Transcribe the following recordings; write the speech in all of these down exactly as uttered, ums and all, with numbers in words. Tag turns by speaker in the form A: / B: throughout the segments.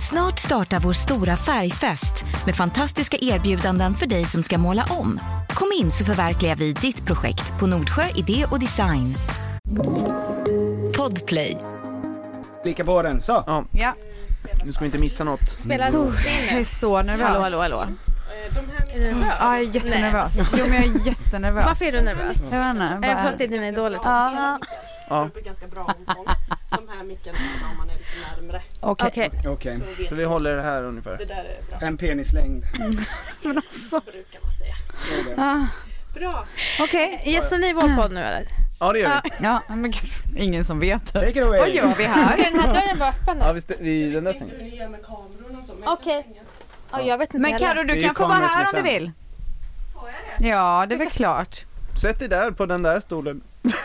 A: Snart startar vår stora färgfest med fantastiska erbjudanden för dig som ska måla om. Kom in så förverkligar vi ditt projekt på Nordsjö Idé och Design. Podplay.
B: Klicka på den, så.
C: Ja.
D: Ja.
C: Nu ska vi inte missa något.
E: Spelar
D: uh, Jag är så nervös.
E: Hallå, hallå, hallå.
D: Är du nervös? Ja, jag är jättenervös. Nej. Jo, men jag är jättenervös.
E: Varför är du nervös?
D: Jag vet inte.
E: Jag har fått in dig dåligt.
D: Ja.
F: Ja. Ganska bra omfång. De här mickarna om man är lite närmare.
D: Okej.
E: Okay.
B: Okej. Okay.
C: Så, så vi håller det här ungefär.
F: Det där är bra.
B: En penislängd.
D: Mm. Men alltså.
F: Brukar man säga.
D: Ah.
F: Bra.
D: Okej.
E: Okay. Gästar ni vår podd nu eller?
C: Ja, det gör vi.
D: Ja, men gud. Ingen som vet.
B: Take it away.
D: Vad gör vi här?
E: Ska den här dörren vara öppen?
C: Ja, vi, st- vi den där sängen.
F: Hur ni gör med kamerorna och så.
E: Okej. Okay. Ja, jag vet inte.
D: Men Karo, du kan få vara här om du vill.
F: Får jag det?
D: Ja, det är väl klart.
C: Sätt dig där på den där stolen.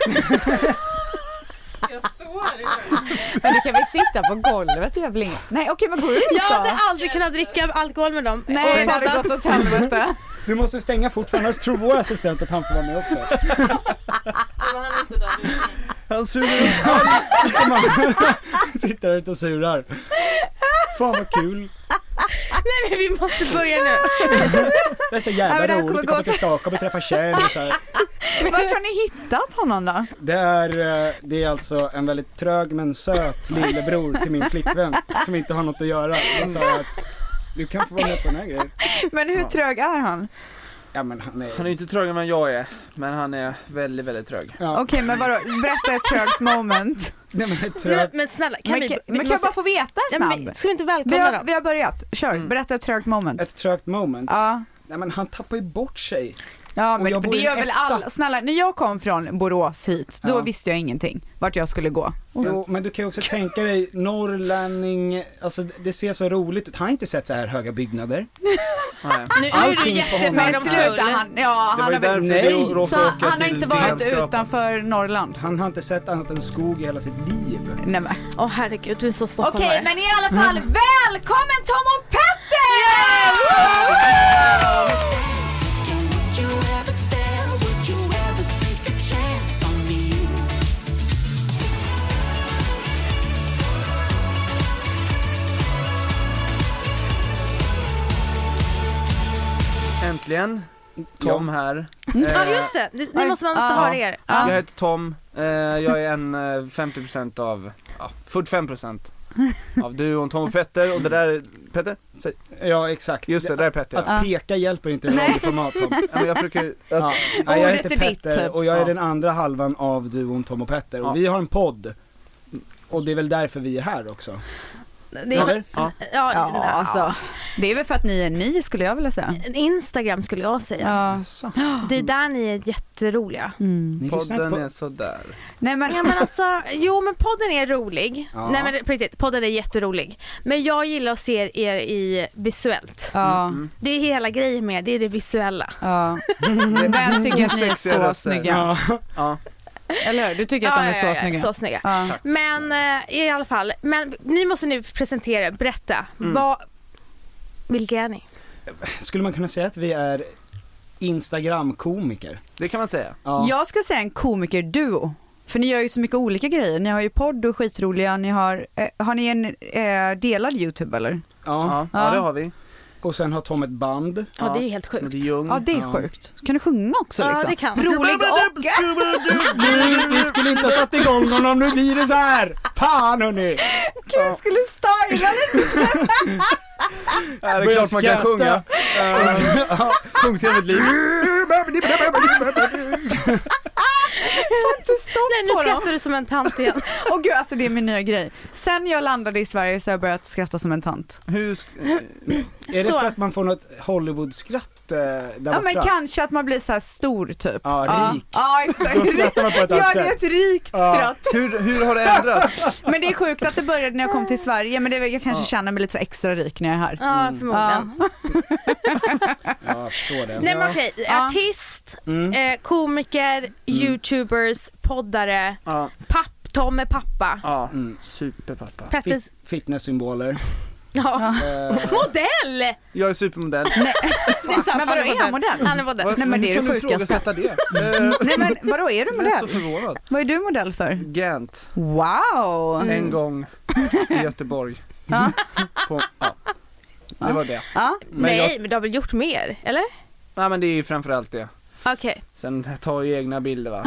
F: Jag står i.
D: Men du kan väl sitta på golvet, jag blir. Nej, okej, men gå ut då.
E: Jag hade aldrig kunnat dricka alkohol med dem.
D: Nej, det hade gått åt helvete.
B: Du måste stänga fort, för annars tror vår assistent att han får vara med också.
F: Han är inte där.
C: Han suger upp allt.
B: Sitter där ute och surar. Fan vad kul.
E: Nej, men vi måste börja nu.
B: Det är så jävla
D: ja,
B: roligt att komma till Stockholm och träffa kändisar.
D: Vart har ni hittat honom då?
B: Det är, det är alltså en väldigt trög men söt lillebror till min flickvän som inte har något att göra. Jag sa att du kan få vara med på den här grejen.
D: Men hur trög är han?
B: Ja, men han är...
C: Han är inte trögare än jag är, men han är väldigt, väldigt trög.
B: Ja.
D: Okej, men vadå? Berätta ett trögt moment.
B: Nej, men, ett
E: Nej,
B: trög...
E: men snälla, kan
D: men,
E: vi...
D: kan,
E: vi
D: men kan
E: måste...
D: jag bara få veta en snabb?
E: Nej, men, ska vi inte
D: vi,
E: välkomna
D: har,
E: dem?
D: vi har börjat. Kör,
C: Mm.
D: berätta ett trögt moment.
B: Ett trögt moment?
D: Ja.
B: Nej, men han tappar ju bort sig.
D: Ja,
B: Och
D: men
B: jag
D: det
B: bor i
D: gör
B: en
D: väl
B: etta.
D: alla. Snälla, när jag kom från Borås hit, då
B: Ja.
D: visste jag ingenting vart jag skulle gå.
B: Jo, men du kan ju också tänka dig norrlänning, alltså det ser så roligt ut. Han har inte sett så här höga byggnader.
C: Nej.
E: Nu, nu är du
B: Allting för honom.
D: Men
E: jättefördomsfull.
D: sluta, han, ja,
C: Det var
D: han
C: ju
D: har väl...
C: därför
B: Nej.
C: vi råkade
D: Så
C: åka
D: han har
C: till
D: inte varit
C: Grenskrapan.
D: utanför Norrland.
B: Han har inte sett annat än skog i hela sitt liv.
D: Nej, men.
E: Åh herregud, du är så stockholmare.
D: Okej, men i alla fall, välkommen Tom och Petter!
C: Äntligen, Tom här.
E: Ja, just det. det ni måste, man måste
D: Ja.
E: höra er.
D: Ja.
C: Jag heter Tom, eh, jag är en eh, femtio procent av, ja, fyrtiofem procent av duon Tom och Petter. Och det där, Petter? Säg.
B: Ja, exakt.
C: Just det, där är Petter.
B: Att
C: Ja.
B: peka hjälper inte i radioformat, Tom.
C: Ja, men jag försöker, att,
B: Ja. Ja, jag
D: Ordet
B: heter
D: är ditt,
B: Petter
D: typ.
B: och jag är
C: Ja.
B: den andra halvan av duon Tom och Petter. Och
C: Ja.
B: vi har en podd. Och det är väl därför vi är här också.
E: Det är,
B: Eller?
C: Ja.
E: ja,
D: Ja, alltså. Det är väl för att ni är ni, skulle jag vilja säga.
E: Instagram skulle jag säga.
D: Ja.
B: Så.
E: Det är där ni är jätteroliga.
D: Mm.
B: Ni lyssnar inte
C: podden
B: på...
C: är sådär.
D: Nej, men...
E: Ja, men alltså, jo men podden är rolig.
B: Ja.
E: Nej men på riktigt, podden är jätterolig. Men jag gillar att se er i visuellt.
D: Ja,
C: Mm.
E: Det är hela grejen med, det är det visuella.
D: ja. Ben tycker att ni är
C: Sexiga
D: så
C: röster.
D: snygga.
B: Ja.
C: Ja.
D: Eller hur? Du tycker att de är så snygga?
E: så snygga.
D: Ja.
E: Men eh, i alla fall, men ni måste nu presentera, berätta.
C: Mm.
E: Vad, vilka är ni?
B: Skulle man kunna säga att vi är Instagram-komiker?
C: Det kan man säga.
B: Ja.
D: Jag ska säga en komikerduo. För ni gör ju så mycket olika grejer. Ni har ju podd och skitroliga. Ni har, eh, har ni en eh, delad YouTube eller?
B: Ja.
C: Ja, ja, det har vi.
B: Och sen har Tom ett band.
E: Ja, det är helt
C: Som
E: sjukt.
C: heter Ljung.
D: Ja, det är
B: Ja.
D: sjukt. Kan du sjunga också
E: Ja,
D: liksom?
E: det kan.
D: Rolig och...
B: Vi, vi skulle inte ha satt igång honom, nu blir det så här. Fan hörni!
D: Jag skulle styla lite.
C: Ja, det är klart man kan sjunga.
B: Uh,
C: Sjung till mitt liv.
E: Nej, nu skrattar du som en tant igen.
D: Åh gud, alltså det är min nya grej. Sen jag landade i Sverige så har jag börjat skratta som en tant.
C: Hur sk-
B: är det
E: Så.
B: för att man får något Hollywood-skratt eh, där
D: Ja,
B: borta?
D: men kanske att man blir så här stor typ.
B: Ja, rik.
D: Ja, exakt.
B: Då skrattar man på ett
D: Ja,
B: annat
D: det är
B: sätt.
D: ett rikt
B: Ja.
D: skratt.
C: hur, hur har det ändrats?
D: Men det är sjukt att det började när jag kom till Sverige. Men det är, jag kanske
C: Ja.
D: känner mig lite så extra rik när jag är här.
E: Ja,
B: Mm.
E: förmodligen.
B: Ja, jag förstår det.
E: Nej men okej,
D: Ja.
E: artist,
B: Mm.
E: eh, komiker, youtubers, poddare,
C: Ja,
E: papp, Tom är pappa.
C: ja.
B: Mm.
C: Superpappa.
E: Petters,
B: Fit- fitnesssymboler.
E: ja.
B: Eh,
E: Modell!
C: Jag är supermodell.
E: Det är sant,
D: Men vadå, är han modell?
E: Han är modell.
C: Vad-
D: Nej, men det är
C: hur
D: det
C: kan du
D: sjukaste.
C: ifrågasätta det? Eh,
D: Nej men vadå, är du
C: Jag är så
D: modell?
C: förvånad.
D: Vad är du modell för?
C: Gant.
D: Wow!
C: En gång i Göteborg.
D: Ja.
C: På det var det.
D: Ja.
C: Men
E: Nej,
C: jag,
E: men du har väl gjort mer, eller?
C: nej men det är ju framförallt det.
E: Okej.
C: Sen tar ju egna bilder va.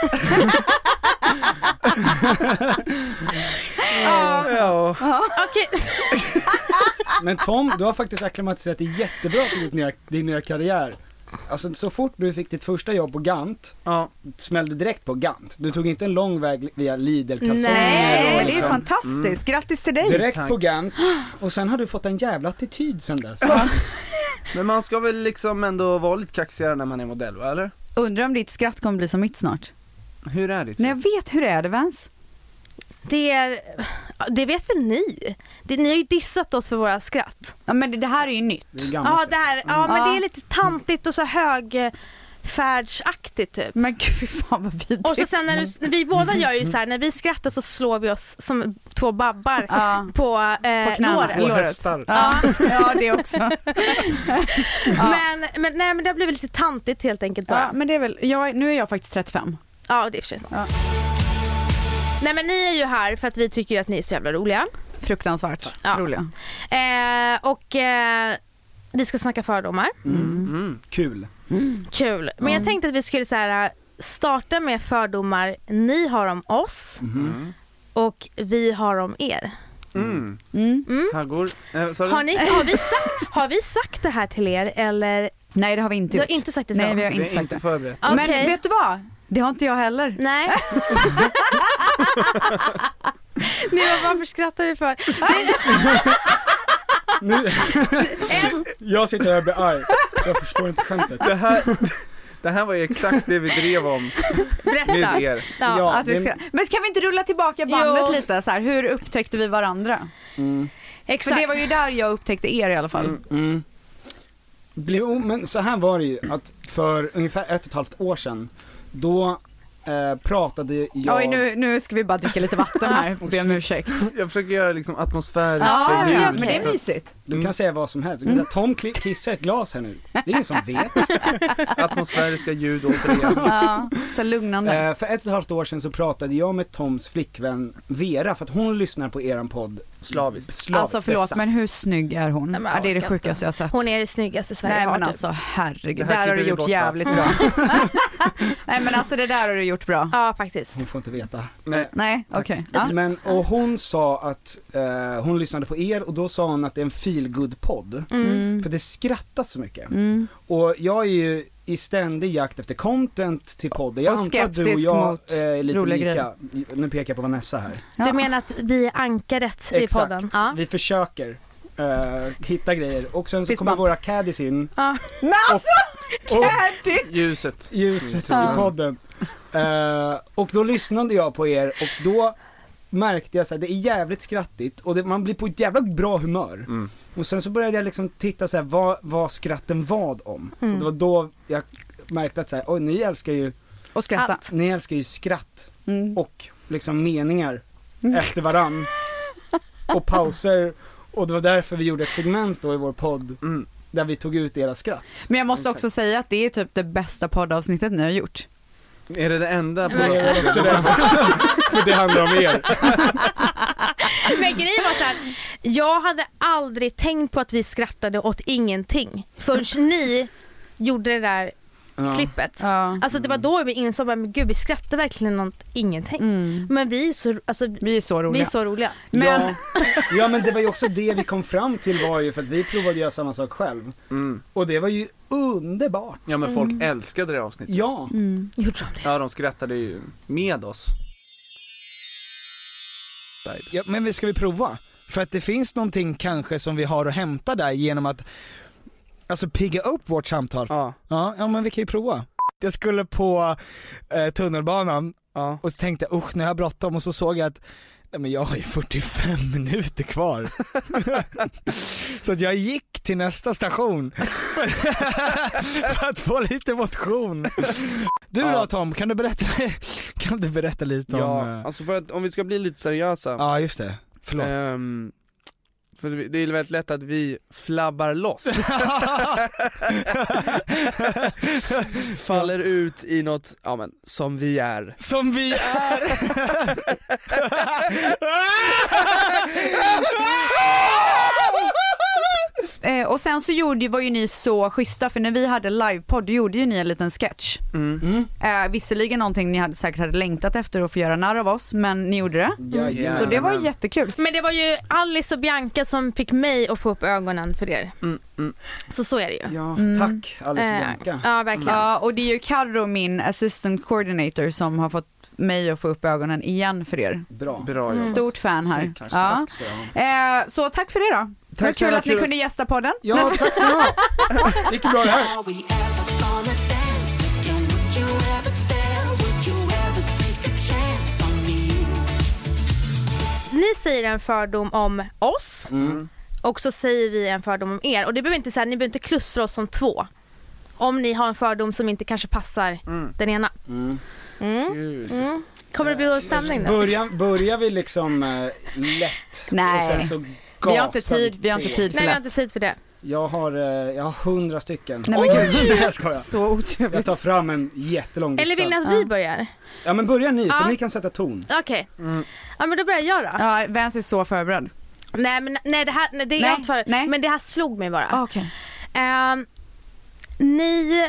E: Ja.
C: Ja.
E: Okej.
B: Men Tom, du har faktiskt akklimatiserat dig jättebra till din nya, din nya karriär. Alltså så fort du fick ditt första jobb på Gant,
C: Ja.
B: smällde direkt på Gant. Du tog inte en lång väg via Lidl-kalsonger.
D: Nej,
B: och
D: det är
B: liksom
D: fantastiskt. Grattis till dig.
B: direkt
C: Tack.
B: på Gant. Och sen har du fått en jävla attityd sen dess.
C: Men man ska väl liksom ändå vara lite kaxigare när man är modell va, eller?
D: Undrar om ditt skratt kommer bli som mitt snart.
C: Hur är det?
D: Nej, jag vet hur det är det, Vans.
E: Det är, det vet väl ni? Det, ni har ju dissat oss för våra skratt.
D: Ja, men det, det här är ju nytt.
B: Det är gamla
E: Ja,
B: skratt.
E: det här, ja men
D: Ja.
E: det är lite tantigt och så högfärdsaktigt typ.
D: Men gud, fy fan vad vidrigt.
E: Och så sen när, du, när vi båda gör ju så här, när vi skrattar så slår vi oss som två babbar
D: Ja.
E: på, eh,
D: På knäna.
E: låret.
B: Två
D: låret.
B: hästar.
D: Ja, ja, det också. Ja.
E: Men, men, nej, men det har blivit lite tantigt helt enkelt bara.
D: Ja, men det är väl, jag, nu är jag faktiskt trettiofem.
E: Ja, det är för sig.
D: Ja.
E: Nej men ni är ju här för att vi tycker att ni är så jävla roliga.
D: Fruktansvärt
E: Ja.
D: roliga.
E: Eh, och eh, vi ska snacka fördomar.
B: Mm.
C: Mm.
B: Kul.
E: Kul. Men jag tänkte att vi skulle så här, starta med fördomar ni har om oss
C: Mm.
E: och vi har om er.
C: Mm.
D: Mm.
E: Mm.
C: Haggor. Eh, sa du?
E: Har, ni, har, vi sagt, har vi sagt det här till er eller?
D: Nej, det har vi inte
E: Du har
D: gjort.
E: inte sagt det till
D: Nej,
E: oss?
D: vi har
C: Det
D: inte
C: är
D: sagt
C: inte
D: det.
C: förberett.
E: Okej.
D: Men vet du vad? Det har inte jag heller.
E: Nej. Nej, varför skrattar vi för?
B: Nu, jag sitter här och blir arg. Jag förstår inte skämtet.
C: Det här, det här var ju exakt det vi drev om
E: Berätta.
C: med er.
E: Ja.
B: Ja.
D: Att vi ska, men ska vi inte rulla tillbaka bandet
E: Jo.
D: lite? Så här, hur upptäckte vi varandra?
B: Mm.
E: Exakt.
D: För det var ju där jag upptäckte er i alla fall.
C: Mm.
B: Mm. Jo, men så här var det ju att för ungefär ett och ett halvt år sedan då eh, pratade jag...
D: Oj, nu, nu ska vi bara dricka lite vatten här och be om ursäkt.
C: Jag försöker göra liksom atmosfäriskt
D: Ja,
C: ljud.
D: ja, men det är
C: så att-
D: mysigt.
B: Du kan säga vad som helst. Du kan säga, Tom kli- kissar ett glas här nu. Det är ingen som vet.
C: Atmosfäriska ljud återigen.
D: Ja, så lugnande.
B: Eh, för ett och ett halvt år sedan så pratade jag med Toms flickvän Vera för att hon lyssnar på eran podd
C: Slaviskt.
B: slaviskt.
D: Alltså förlåt,
B: besatt.
D: men hur snygg är hon?
E: Nej, men
D: Ja, det är det
E: orkar
D: sjukaste jag har sett.
E: Hon är det snyggaste Sverige
D: Nej
E: har
D: men
E: typ.
D: alltså herregud,
C: Det här
D: där har du
C: klipper vi
D: gjort
C: bort, va?
D: jävligt bra. Nej men alltså det där har du gjort bra.
E: Ja, faktiskt.
B: Hon får inte veta.
C: Nej.
D: Nej, okej. Ja.
B: Men, och hon sa att eh, hon lyssnade på er och då sa hon att det är en feelgood-podd.
D: Mm.
B: För det skrattas så mycket.
D: Mm.
B: Och jag är ju i ständig jakt efter content till podden. Jag
D: Och
B: antar att du och
D: skeptisk
B: jag
D: mot
B: eh, är lite
D: roliga
B: lika. Nu pekar jag på Vanessa här.
D: Ja.
E: Du menar att vi är ankaret i
B: Exakt.
E: podden? Ja.
B: Vi försöker eh, hitta grejer. Och sen så
D: Fist
B: kommer
D: bump.
B: våra caddies in.
E: Ja.
D: Men alltså!
B: Och
C: Ljuset.
B: ljuset
D: Ja.
B: i podden. Eh, och då lyssnade jag på er och då märkte jag så här, det är jävligt skrattigt och det, man blir på ett jävla bra humör.
C: Mm.
B: Och sen så började jag liksom titta så här, vad, vad skratten vad om.
E: Mm.
B: Och det var då jag märkte att så här, oj, ni älskar ju,
D: Och skratta.
E: Allt.
B: ni älskar ju skratt
D: Mm.
B: och liksom meningar
D: Mm.
B: efter varann. Och pauser. Och det var därför vi gjorde ett segment då i vår podd
C: Mm.
B: där vi tog ut era skratt.
D: Men jag måste också säga att det är typ det bästa poddavsnittet ni har gjort.
C: Är det det enda
E: Men-
B: Det är också det. För det handlar om er.
E: Men grejen var så här, jag hade aldrig tänkt på att vi skrattade åt ingenting förrän ni gjorde det där
B: Ja.
E: klippet.
D: Ja.
E: Alltså det var då vi insåg att men gud, vi skrattar verkligen åt ingenting.
D: Mm.
E: Men vi är så, alltså,
D: Vi är så
E: vi
D: roliga.
E: är så roliga.
D: Men
B: Ja. ja men det var ju också det vi kom fram till var ju för att vi provade att göra samma sak själv.
C: Mm.
B: Och det var ju underbart.
C: Ja men folk älskade det avsnittet.
B: Ja.
D: mm.
E: Gjorde de det?
C: Ja, de skrattade ju med oss.
B: ja. Men vi ska vi prova? För att det finns någonting kanske som vi har att hämta där genom att alltså pigga upp vårt samtal.
C: Ja.
B: Ja, ja men vi kan ju prova. Jag skulle på eh, tunnelbanan
C: Ja.
B: och så tänkte jag, usch, när jag har bråttom och så såg jag att nej men jag har ju fyrtiofem minuter kvar. Så att jag gick till nästa station för att få lite motion. Du
C: Ja.
B: då Tom, kan du berätta, kan du berätta lite om...
G: Ja,
B: eh,
G: alltså för att om vi ska bli lite seriösa.
B: Ja just det, förlåt.
G: ehm, för det det är väldigt lätt att vi flabbar loss. Faller ut i något, ja men, som vi är.
B: Som vi är!
D: eh, och sen så gjorde, var ju ni så schyssta, för när vi hade livepodd gjorde ju ni en liten sketch.
C: Mm.
B: Mm.
D: Eh, visserligen någonting ni hade säkert hade längtat efter att få göra narr av oss, men ni gjorde det.
B: Jajamän.
D: Så det var jättekul.
E: Men det var ju Alice och Bianca som fick mig att få upp ögonen för er.
C: Mm, mm.
E: Så så är det ju.
B: Ja,
D: Mm.
B: tack Alice och
E: Eh,
B: Bianca.
E: Ja, verkligen.
D: Ja, och det är ju Karro, min assistant coordinator, som har fått mig att få upp ögonen igen för er.
B: Bra.
C: Bra
E: Mm.
C: jobbat.
D: Stort fan här.
B: Tack,
D: Ja.
B: tack ska jag ha.
D: Eh, så tack för det då. Det var
B: Tack
D: kul
B: snälla,
D: att ni
B: kul.
D: kunde gästa podden.
B: Ja, tack så mycket. Det gick bra det här.
H: Are we ever gonna dance again? Would you ever dare? Would you ever take a chance on me?
E: Ni säger en fördom om oss
B: Mm.
E: och så säger vi en fördom om er. Och det behöver inte säga, ni behöver inte klustra oss som två. Om ni har en fördom som inte kanske passar
C: Mm.
E: den ena.
B: Mm.
E: Mm.
C: Gud.
E: Mm. Kommer det bli någon stämning då?
B: Börjar, börjar vi liksom eh, lätt
D: Nej.
B: och sen så
D: Vi har inte
B: gasar
D: tid, vi har inte
B: på.
D: tid för
E: Nej, vi har
D: det.
E: inte tid för det.
B: Jag har, eh, jag har hundra stycken.
D: Nej, men gud.
B: Nej, jag skojar.
D: Så
B: Jag
D: otrevligt.
B: tar fram en jättelång lista.
E: Eller vill ni att
D: Ja.
E: vi börjar?
B: Ja men börja ni, för
E: Ja.
B: ni kan sätta ton.
E: Okej.
C: Mm.
E: Ja, men då börjar jag då.
D: Ja, Vance är så förberedd.
E: Nej, men nej, det här, nej, det är
D: Nej,
E: jag inte för.
D: nej.
E: Men det här slog mig bara.
D: Ah, Okej.
E: Ehm, ni,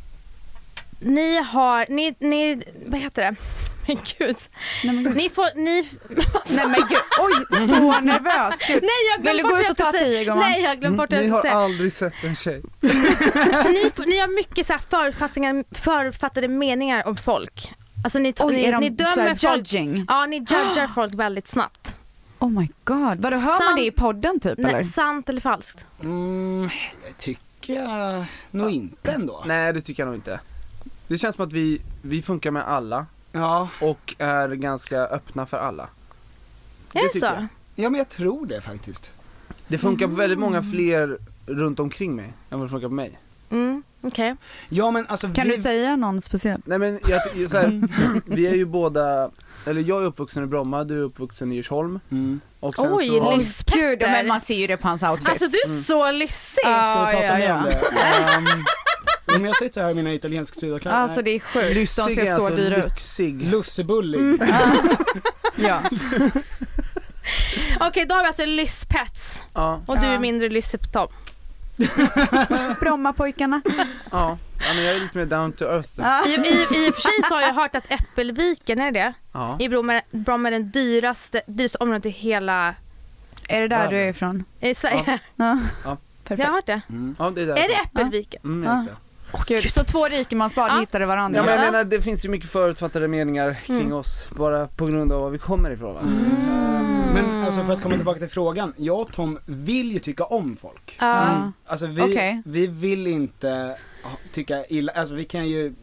E: ni har, ni, ni, vad heter det? Men gud.
D: Nej men gud.
E: Ni får, ni,
D: Nej men gud. Oj, så nervös. Gud.
E: nej jag
D: Vill
E: glömde
D: du
E: bort
D: gå
E: vad
D: ut
E: jag
D: och ta
E: skulle säga.
D: tio, gumman?
E: Nej, jag glömde bort vad
G: Ni
E: jag
G: har
E: skulle säga.
G: aldrig sett en tjej.
E: Ni, ni har mycket så här förutfattningar, förutfattade meningar om folk. Alltså ni,
D: Oj,
E: ni,
D: är de
E: ni
D: så
E: dömer
D: här
E: folk.
D: judging?
E: Ja, ni judgar folk väldigt snabbt.
D: Oh my god. Vadå, hör man
E: Sant-
D: det i podden typ eller?
E: Nej, sant eller falskt?
B: Mm, det tycker jag nog inte ändå.
C: Nej, det tycker jag nog inte. Det känns som att vi, vi funkar med alla
B: Ja,
C: och är ganska öppna för alla.
E: Är det
C: tycker
E: så?
C: jag.
B: ja men jag tror det faktiskt.
C: Det funkar på väldigt många fler runt omkring mig än vad det funkar på mig.
E: Mm, okej.
B: Ja men alltså
D: Kan
B: vi...
D: du säga någon speciell?
C: Nej men jag, jag, så här, vi är ju båda, eller jag är uppvuxen i Bromma, du är uppvuxen i Djursholm.
B: Mm.
C: Och sen
E: Oj,
C: så har,
E: lyss.
D: Gud,
E: Petter.
D: men man ser ju det på hans outfit.
E: Alltså du är så lyssig.
B: Ska
D: Ja,
B: vi prata
D: ja,
B: mer
D: ja.
B: om det? Um, ja, men jag sitter här i mina italienska sydakläder.
D: Alltså det är sjukt. De
C: lyssig
D: ser
C: är
D: så
C: alltså
D: dyra ut.
C: lyxig.
B: Lussebullig.
D: Ja.
E: Okej, då har vi alltså Lysspets.
C: Ja,
E: Och du
D: Ja.
E: är mindre lyssig på Tom.
D: Brommapojkarna.
C: ja. Ja, men jag är lite mer down to earth.
D: Ja.
E: I, i, I och för sig så har jag hört att Äppelviken, är det?
C: Ja.
E: I Bromma, Bromma är den dyraste, dyraste området i hela
D: Är det där
C: Ja.
D: du är ifrån?
E: i Sverige.
D: Ja.
C: Ja.
E: Jag
D: Perfekt.
E: har hört det.
B: Mm.
C: Ja, det är,
E: Är det Äppelviken?
C: Mm,
D: Ja.
C: just det.
D: Gud, så två rikemansbarn
E: Ja.
D: hittade varandra.
C: Ja, men jag
E: Ja.
C: menar, det finns ju mycket förutfattade meningar kring
E: Mm.
C: oss bara på grund av var vi kommer ifrån. Va?
B: Men alltså för att komma tillbaka till frågan, jag och Tom vill ju tycka om folk.
E: Ja.
D: Mm.
B: Alltså vi,
D: Okej.
B: vi vill inte ha- tycka illa, alltså vi kan ju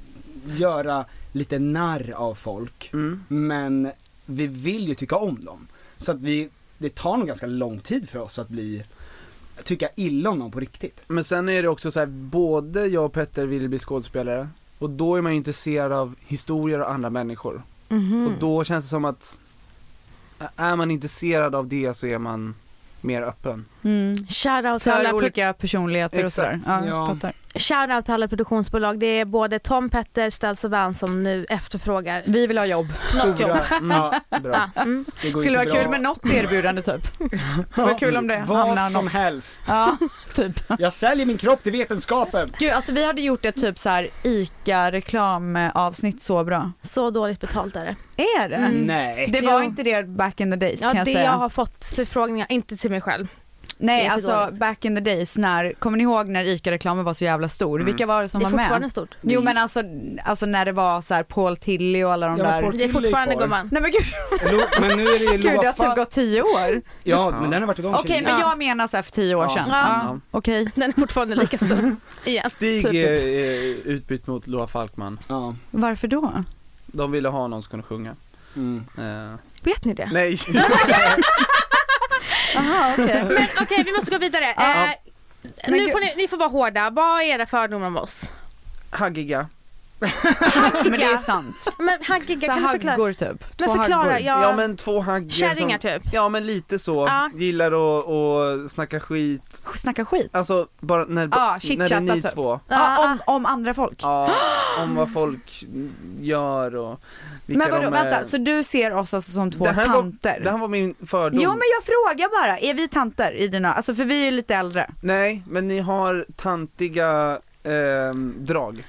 B: göra lite narr av folk,
C: Mm.
B: men vi vill ju tycka om dem. Så att vi, det tar nog ganska lång tid för oss att bli, tycka illa om dem på riktigt.
C: Men sen är det också så här, både jag och Petter vill bli skådespelare och då är man ju intresserad av historier och andra människor.
E: Mhm.
C: Och då känns det som att är man intresserad av det så är man mer öppen.
D: Mm.
E: Shoutout till
D: För
E: alla, pro-
D: olika personligheter och sådär.
C: Exakt,
D: Ja,
B: ja.
D: fattar.
E: shoutout till alla produktionsbolag. Det är både Tom, Petter, Ställs och Van som nu efterfrågar
D: Vi vill ha jobb.
E: något jobb.
C: Mm.
B: Ja,
C: Bra.
E: Ja, mm.
B: det går
D: Skulle
B: inte
D: vara kul
B: bra.
D: med något erbjudande typ. Det var kul om det
B: Vad
D: hamnar
B: som
D: något.
B: helst.
D: Ja, typ.
B: Jag säljer min kropp till vetenskapen.
D: Gud, alltså vi hade gjort ett typ så här ICA-reklamavsnitt så bra.
E: Så dåligt betalt är det.
D: Är det?
E: Mm.
B: Nej.
D: Det var
E: Jo.
D: inte det back in the days
E: Ja,
D: kan jag
E: det
D: säga.
E: jag har fått förfrågningar, inte till mig själv. Det
D: Nej,
E: är för
D: alltså
E: dåligt.
D: back in the days när, kommer ni ihåg när ICA-reklamen var så jävla stor?
C: Mm.
D: Vilka var det som
E: Det är
D: var
E: fortfarande
D: med?
E: stort.
D: Jo men alltså, alltså när det var så här Paul Tilly och alla de
B: Ja, men
D: där.
B: Paul
E: Det är
B: Tilly
E: fortfarande
B: kvar.
E: gumman.
D: Nej men gud,
B: Lo, men nu är det ju
D: gud det har
B: Loa
D: typ
B: Falk.
D: gått tio år.
B: Ja, men den har varit igång
D: Okej,
B: tjugo.
D: men
E: Ja.
D: jag menar så här för tio år
B: Ja.
D: sedan.
E: Ja.
D: Ja. Okej.
E: Den är fortfarande lika stor. Igen.
C: Stig
D: Typ.
C: är, är utbytt mot Loa Falkman.
B: Ja.
D: Varför då?
C: De ville ha någon som kunde sjunga.
B: Mm.
C: Eh,
E: Vet ni det?
C: nej.
D: Aha, okej.
E: Men okej, vi måste gå vidare.
D: Ja.
E: Eh,
D: Men
E: nu
D: gud.
E: får ni, ni får vara hårda. Vad är era fördomar om oss?
C: Haggiga.
D: Men det är sant.
E: Men haggiga,
D: Så
E: kan du förklara?
D: haggor typ.
E: Men
D: Två
E: förklara,
D: haggor.
E: ja.
C: Ja men två haggor
E: Kärringar
C: som,
E: typ.
C: Ja men lite så,
E: Ja.
C: gillar att, att snacka skit.
D: Snacka skit.
C: Alltså bara när,
D: Ja,
C: när det är
D: chitchatta
C: ni
D: typ.
C: två.
D: Ja, om, om andra folk.
C: Ja, om vad folk gör och vilka
D: Men vadå,
C: de är.
D: vänta, så du ser oss alltså som två
C: Det här var-
D: tanter?
C: Det här var min fördom.
D: Jo men jag frågar bara, är vi tanter i dina, alltså för vi är ju lite äldre.
C: Nej, men ni har tantiga ehm, drag.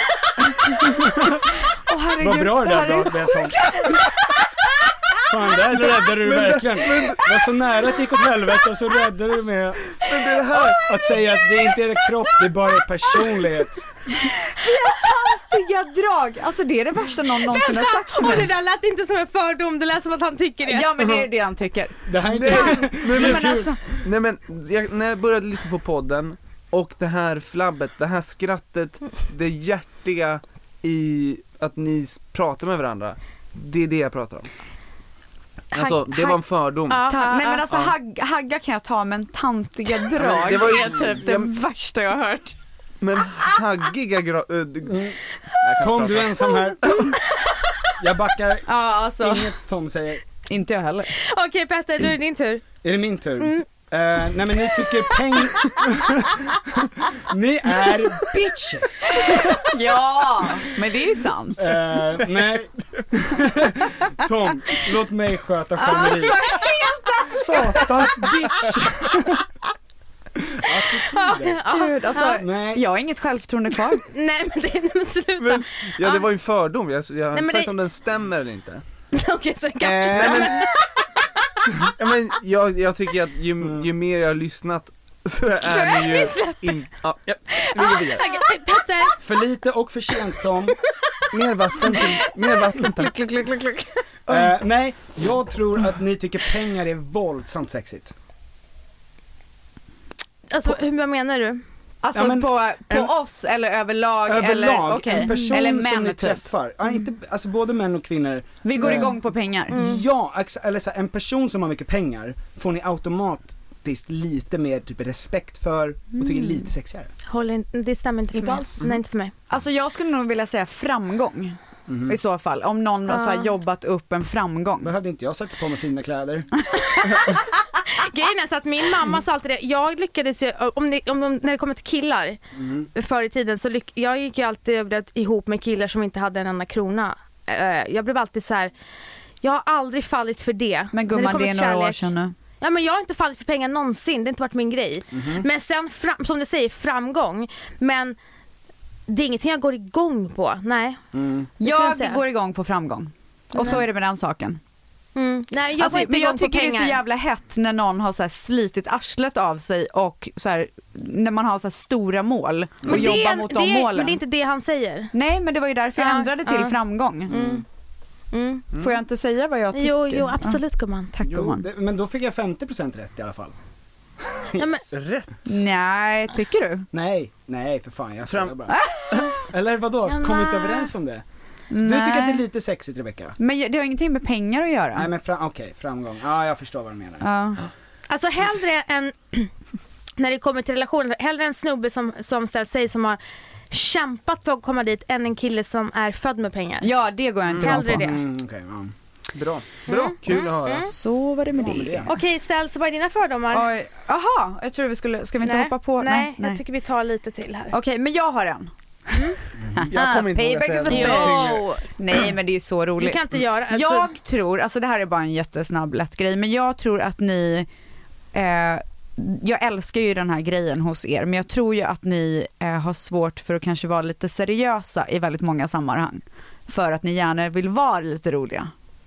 D: Åh herregud.
B: Vad bra det där
D: herregud.
B: blev, Tom. Fan, där räddade du verkligen. Det var så nära att det gick åt helvete och så räddade du med
C: Men det är det här.
B: att säga att det inte är kropp, det är bara personlighet.
D: Tantiga drag, alltså det är det värsta någon någonsin har sagt till
E: Och det
D: mig.
E: där lät inte som en fördom, det lät som att han tycker det.
D: Ja men det är det han tycker.
B: Det här är inte...
C: Nej, nej, men,
D: Men alltså,
C: nej men jag, när jag började lyssna på podden och det här flabbet, det här skrattet, det hjärtiga i att ni s- pratar med varandra. Det är det jag pratar om. Alltså, det var en fördom.
E: Ja,
D: ta,
E: ja,
D: nej men
E: ja.
D: alltså
C: Ja.
D: hagg, hagga kan jag ta, men tantiga drag
C: men det var ju-
D: är typ det
C: jag-
D: värsta jag har hört.
C: Men haggiga gra- äh, d-
B: Mm.
C: Jag kan
B: Tom,
C: prata.
B: du är ensam här. Jag backar
D: Ja alltså,
B: inget Tom säger.
D: inte jag heller.
E: Okej Petter, nu är det din tur.
B: Är det min tur?
E: Mm.
B: Eh, nej men ni tycker peng... Ni är bitches.
D: Ja, men det är ju sant.
B: Eh, nej. Tom, låt mig sköta skärmeriet. Satans bitch.
D: Gud, alltså,
B: Nej.
D: jag har inget självförtroende kvar.
E: Nej men det, men sluta.
C: Men, ja det var ju en fördom, jag, jag har
E: Nej,
C: inte
E: men
C: sagt
E: det-
C: om den stämmer eller inte.
E: Okej så det kanske
D: Eh.
C: Nej,
E: stämmer.
C: men, ja, men jag, jag tycker att ju, ju mer jag har lyssnat så är ni ju in, ja, ja, vi går vidare.
E: Okej, Petter,
B: För lite och för sent Tom.
C: Mer vatten till, mer vatten tack.
D: Kluck, kluck, kluck, kluck.
B: Eh, nej, jag tror att ni tycker pengar är våldsamt sexigt.
E: alltså hur, vad menar du?
D: Alltså
B: Ja, men
D: på, på
B: en-
D: oss eller överlag?
B: Överlag,
D: eller, okej.
B: en person
D: eller
B: som
D: män
B: ni
D: typ.
B: träffar. Ja, inte, alltså både män och kvinnor.
D: Vi går
B: Eh,
D: igång på pengar.
B: Ja, ex- eller så här, en person som har mycket pengar får ni automatiskt lite mer typ respekt för och tycker är lite sexigare.
E: Håller inte, det stämmer inte för
B: Inte
E: mig.
B: alls?
E: Nej inte för mig.
D: Alltså jag skulle nog vilja säga framgång
B: Mhm.
D: i så fall. Om någon har så här
E: Ja.
D: jobbat upp en framgång.
B: Behövde inte jag sätta på mig fina kläder?
E: Grejen är så att min mamma sa alltid det, jag lyckades ju, om det, om, om, när det kommer till killar
B: Mm.
E: förr i tiden så lyck, jag gick ju alltid blev ihop med killar som inte hade en enda krona. Eh, jag blev alltid så här. Jag har aldrig fallit för det.
D: Men
E: När
D: gumman,
E: kommer
D: det är
E: till
D: några år
E: kärlek.
D: sedan nu.
E: Ja men jag har inte fallit för pengar någonsin, det har inte varit min grej.
B: Mhm.
E: Men sen fram, som du säger, framgång. Men det är ingenting jag går igång på, nej.
B: Mm.
E: Det kan jag
D: Jag
E: säga.
D: går igång på framgång. Och så är det med den saken.
E: Mm. Nej jag
D: Alltså,
E: går inte
D: men
E: igång
D: jag
E: på
D: tycker det är
E: pengar.
D: så jävla hett när någon har så här slitit arslet av sig och så här, när man har så här stora mål och
E: Men det
D: jobbar
E: är-
D: mot
E: det
D: de
E: är,
D: målen.
E: Men det är inte det han säger.
D: Nej, men det var ju därför jag
E: Ja,
D: ändrade till
E: ja.
D: framgång.
E: Mm. Mm.
D: Får jag inte säga vad jag tycker?
E: Jo, jo absolut gumman.
D: Ja, tack
B: Jo,
D: gumman.
B: det, men då fick jag femtio procent rätt i alla fall.
E: Ja, men,
C: Rätt.
D: Nej, tycker du?
B: Nej, nej för fan, jag skojar
C: Fram-
B: bara. Eller vadå,
E: Ja,
B: kom vi inte
E: nej.
B: överens om det? Du
D: Nej.
B: tycker att det är lite sexigt Rebecca?
D: Men det har ingenting med pengar att göra.
B: Nej men fram, okej, framgång. Ja, jag förstår vad du menar.
D: Ja.
E: alltså hellre en, när det kommer till relationer, hellre en snubbe som, som ställt sig som har kämpat på att komma dit än en kille som är född med pengar.
D: ja, det går jag inte
E: Hellre
D: igång på.
E: det.
B: Mm, okej, ja.
C: Bra, bra,
E: Mm.
C: kul att höra.
D: Så var det med
B: Bra med
D: det.
B: det.
E: Okej Ställs, vad är dina fördomar?
D: Oj, aha, jag tror vi skulle, ska vi inte
E: Nej,
D: hoppa på?
E: Nej, jag tycker vi tar lite till här.
D: Okej, men jag har en.
C: Jag kommer inte våga
D: Payback
C: säga
D: is a
C: det.
D: bitch.
E: Jo,
D: Nej, men det är ju så
E: du
D: roligt.
E: kan inte göra alltså,
D: Jag tror, alltså det här är bara en jättesnabb lätt grej, men jag tror att ni, eh, jag älskar ju den här grejen hos er, men jag tror ju att ni eh, har svårt för att kanske vara lite seriösa i väldigt många sammanhang. För att ni gärna vill vara lite roliga.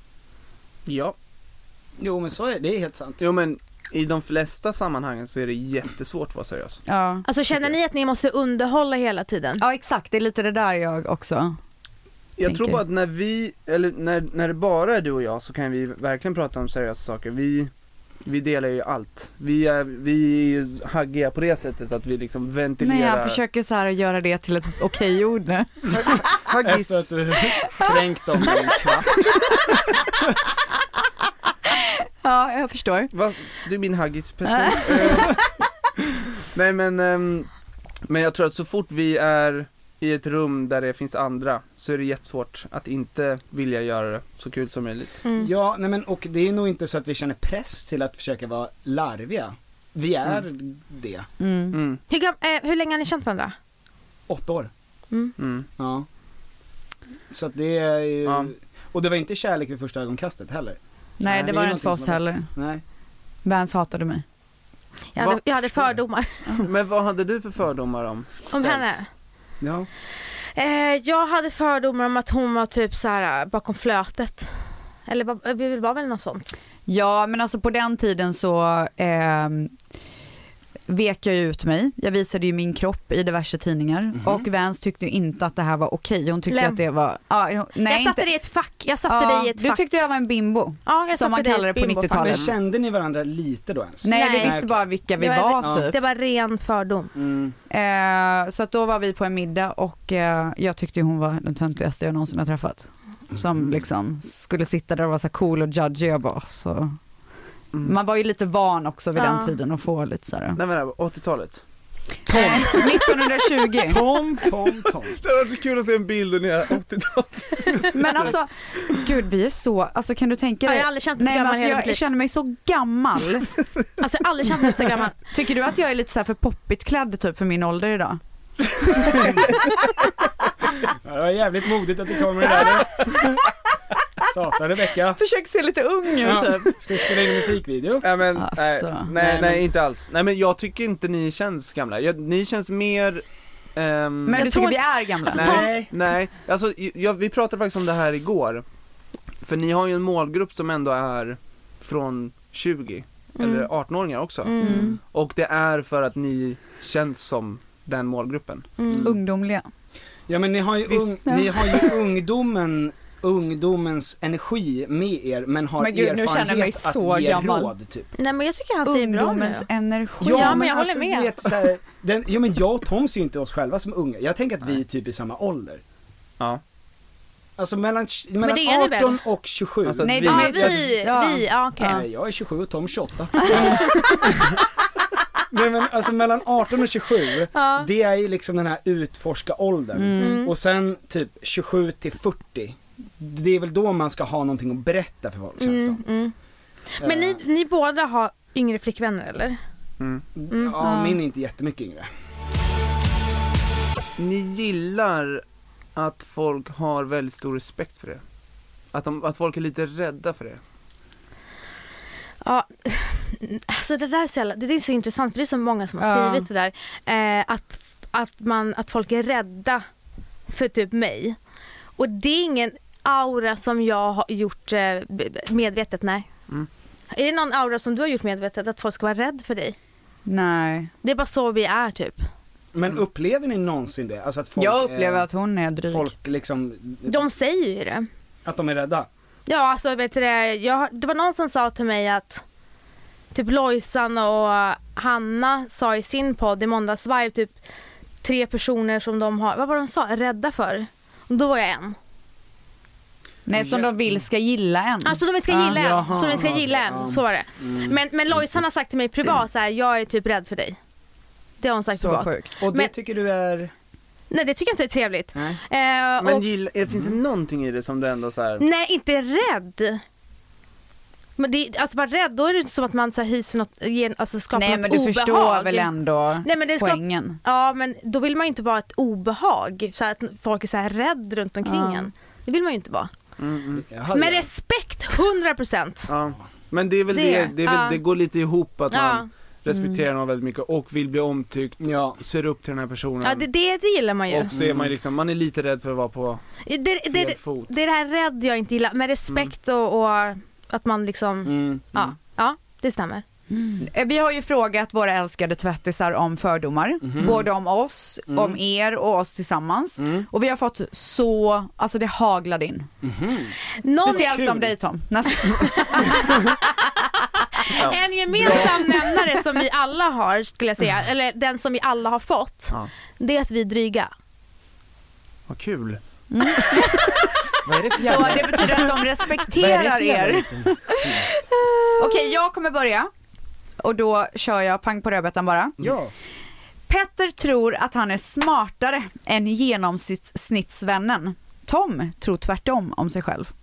C: Ja,
B: Jo men så är det, det är helt sant.
C: jo men i de flesta sammanhangen så är det jättesvårt att vara seriös.
D: Ja.
E: alltså känner ni att ni måste underhålla hela tiden?
D: Ja, exakt, det är lite det där jag också.
C: Jag
D: tänker.
C: tror bara att när vi, eller när, när det bara är du och jag så kan vi verkligen prata om seriösa saker. Vi, vi delar ju allt. Vi är, vi är ju haggiga på det sättet att vi liksom ventilerar.
D: Nej, jag försöker så här göra det till ett okej ord nu.
C: Haggis.
B: Efter att du kränkt dem i en kvart.
D: Ja, jag förstår.
C: Va? Du är min haggis Petter. Eh, Nej men, ehm, men jag tror att så fort vi är i ett rum där det finns andra så är det jättesvårt att inte vilja göra det så kul som möjligt.
E: Mm.
B: Ja, nej men och det är nog inte så att vi känner press till att försöka vara larviga. Vi är mm. det.
D: Mm.
C: Mm.
E: Hur, gam- eh, hur länge har ni känt varandra?
B: Åtta år.
E: Mm.
C: Mm.
B: Ja. Så att det är ju...
C: Ja.
B: Och det var inte kärlek vid första ögonkastet heller.
D: Nej, det
B: är
D: var
B: ju
D: inte för
B: någonting
D: oss
B: som har
D: heller.
B: växt. Nej.
D: Vans hatade mig.
E: Jag hade,
C: Va?
E: jag hade fördomar
C: Men vad hade du för fördomar om
E: om
C: Ställs?
E: henne.
B: Ja.
E: Eh, jag hade fördomar om att hon var typ så här bakom flötet. Eller var- vi var väl något sånt.
D: Ja, men alltså på den tiden så eh, vek jag ut mig. Jag visade ju min kropp i diverse tidningar.
B: Mhm.
D: Och Vans tyckte inte att det här var okej. Hon tyckte
E: Läm.
D: att det var... Ah, nej,
E: jag satte
D: inte,
E: dig i ett fack. Jag satte
D: ja,
E: dig i ett
D: du
E: fack.
D: tyckte jag var en bimbo.
E: Ja, jag
D: som
E: satte
D: man
E: dig i
D: kallar
E: ett
D: det på
E: bimbo-fack.
D: nittiotalet.
B: Men kände ni varandra lite då ens?
D: Nej, vi
E: Nej.
D: visste bara vilka vi
E: Det var-
D: var,
B: Ja.
D: typ.
E: Det var ren fördom.
B: Mm.
D: Eh, så att då var vi på en middag och eh, jag tyckte hon var den töntigaste jag någonsin har träffat. Som liksom skulle sitta där och vara så cool och judgy och bara så.
C: Mm.
D: Man var ju lite van också vid
E: Ja.
D: den tiden att få lite så här.
C: Nej men åttiotalet.
D: Eh, nittonhundratjugo.
B: Tom, Tom, Tom.
C: Det hade varit så kul att se en bild under åttiotalet.
D: Men alltså, gud vi är så, alltså kan du tänka
E: Ja,
D: dig?
E: jag har aldrig känt mig så
D: Nej, men
E: gammal
D: alltså,
E: i hela mitt
D: jag
E: liv.
D: känner mig så gammal.
E: Alltså jag har aldrig känt mig så gammal.
D: Tycker du att jag är lite så här för poppigt klädd typ för min ålder idag?
B: Ja, det var jävligt modigt att det kommer det där. Satan Rebecka.
D: Försök se lite ung ut
B: Ja.
D: typ.
B: Ska vi spela in en musikvideo?
C: Nej men,
D: Alltså.
C: nej, nej,
B: Nej,
C: nej
B: men-
C: inte alls. Nej men jag tycker inte ni känns gamla. Jag, ni känns mer... ehm,
D: Men
E: Jag
D: du
E: tror
D: tycker vi är gamla?
E: Alltså, ta-
B: Nej.
C: Nej, alltså jag, vi pratade faktiskt om det här igår. För ni har ju en målgrupp som ändå är från tjugo
E: Mm.
C: eller arton-åringar också.
E: Mm.
C: Och det är för att ni känns som den målgruppen.
E: Mm.
D: Ungdomliga.
B: Ja men ni har ju,
C: Visst.
B: ung, ni har ju ungdomen, ungdomens energi med er men har
D: Men gud, nu känner jag mig
B: erfarenhet att
D: så
B: ge
D: gammal.
B: råd typ.
E: Nej men jag tycker han säger bra nu.
D: Ungdomens energi.
E: Ja, men jag håller med.
B: Du vet, så här, den, ja men jag och Tom ser ju inte oss själva som unga. Jag tänker att vi är typ i samma ålder.
C: Ja.
B: Alltså mellan, mellan
E: det är ni väl?
B: arton och tjugosju.
C: Alltså,
D: Nej,
C: vi-
D: de
E: Ja,
D: är-
E: vi,
D: Ja.
E: vi, ja okej.
B: Nej, jag är tjugosju och Tom tjugoåtta. Nej men alltså mellan arton och tjugosju,
E: Ja.
B: det är ju liksom den här utforska åldern.
E: Mm.
B: Och sen typ tjugosju till fyrtio, det är väl då man ska ha någonting att berätta för folk känns
E: Mm,
B: som.
E: mm. Men ni, ni båda har yngre flickvänner eller?
C: Mm.
E: Mm.
B: Ja, min är inte jättemycket yngre.
C: Ni gillar att folk har väldigt stor respekt för det. Att, de, att folk är lite rädda för det.
E: Ja, alltså det där är så, jävla, det är så intressant för det är så många som har
D: Ja.
E: skrivit det där. Eh, att, att, man, att folk är rädda för typ mig. Och det är ingen aura som jag har gjort eh, b- medvetet, nej.
C: Mm.
E: Är det någon aura som du har gjort medvetet att folk ska vara rädd för dig?
D: Nej.
E: Det är bara så vi är typ.
B: Men upplever ni någonsin det? Alltså att folk
D: Jag upplever
B: är,
D: att hon är dryg.
B: folk liksom,
E: De säger ju det.
B: att de är rädda?
E: Ja, alltså vet du det, jag, det var någon som sa till mig att typ Lojsan och Hanna sa i sin podd i måndagsvibe typ tre personer som de har, vad var de sa, rädda för. Och då var jag en.
D: Nej, som de vill ska gilla en.
E: Alltså de ska gilla en,
B: Jaha,
E: så de ska gilla en,
B: ja.
E: så var det.
B: Mm.
E: Men, men Lojsan har sagt till mig privat så här, jag är typ rädd för dig. Det har hon sagt
D: så
E: privat.
D: sjukt.
B: Och det
E: Men-
B: tycker du är?
E: Nej, det tycker jag inte är trevligt.
B: Nej.
E: Eh,
C: Men
E: och,
C: gilla, eh, finns det någonting i det som du ändå så här...
E: nej, inte rädd. Men det, att vara rädd, då är det inte som att man så här, hyser något, ger- alltså skapar
D: Nej,
E: något
D: men du
E: obehag.
D: förstår väl ändå
E: Nej, men det ska,
D: poängen.
E: ja, men då vill man ju inte vara ett obehag. Så att folk är så här rädd runt omkring
D: Ja.
E: en. Det vill man ju inte vara.
C: Mm, mm.
B: Jag hade-
E: Men respekt, hundra procent.
C: Ja. Men det är väl det,
E: Det,
C: det, är väl,
E: ja.
C: det går lite ihop att
E: Ja.
C: man respekterar någon väldigt mycket och vill bli omtyckt,
B: Ja.
C: ser upp till den här personen.
E: Ja, det, det, det gillar man ju.
C: Och så är man ju liksom, man är lite rädd för att vara på
E: Det, det,
C: fel
E: det,
C: fot.
E: det är det här rädd jag inte gillar. Men respekt och, och att man liksom,
B: Mm.
E: ja, ja, det stämmer.
D: Eh, Vi har ju frågat våra älskade tvättisar om fördomar.
B: Mhm.
D: Både om oss,
B: Mm.
D: om er och oss tillsammans.
B: Mm.
D: Och vi har fått så, alltså det haglade in.
B: Mhm.
E: Någon,
D: Speciellt
B: kul.
D: om dig Tom. Nästa.
E: en gemensam nämnare som vi alla har, skulle jag säga, eller den som vi alla har fått,
C: Ja.
E: det är att vi är dryga.
C: Vad kul.
B: Vad är det för
D: Så
B: jävla-
D: det betyder att de
B: vad är det
D: respekterar
B: för jävla
D: er.
B: liten-
D: Okej, jag kommer börja. Och då kör jag pang på rödbetan bara.
B: Ja.
D: Petter tror att han är smartare än genomsnittsvännen. Tom tror tvärtom om sig själv.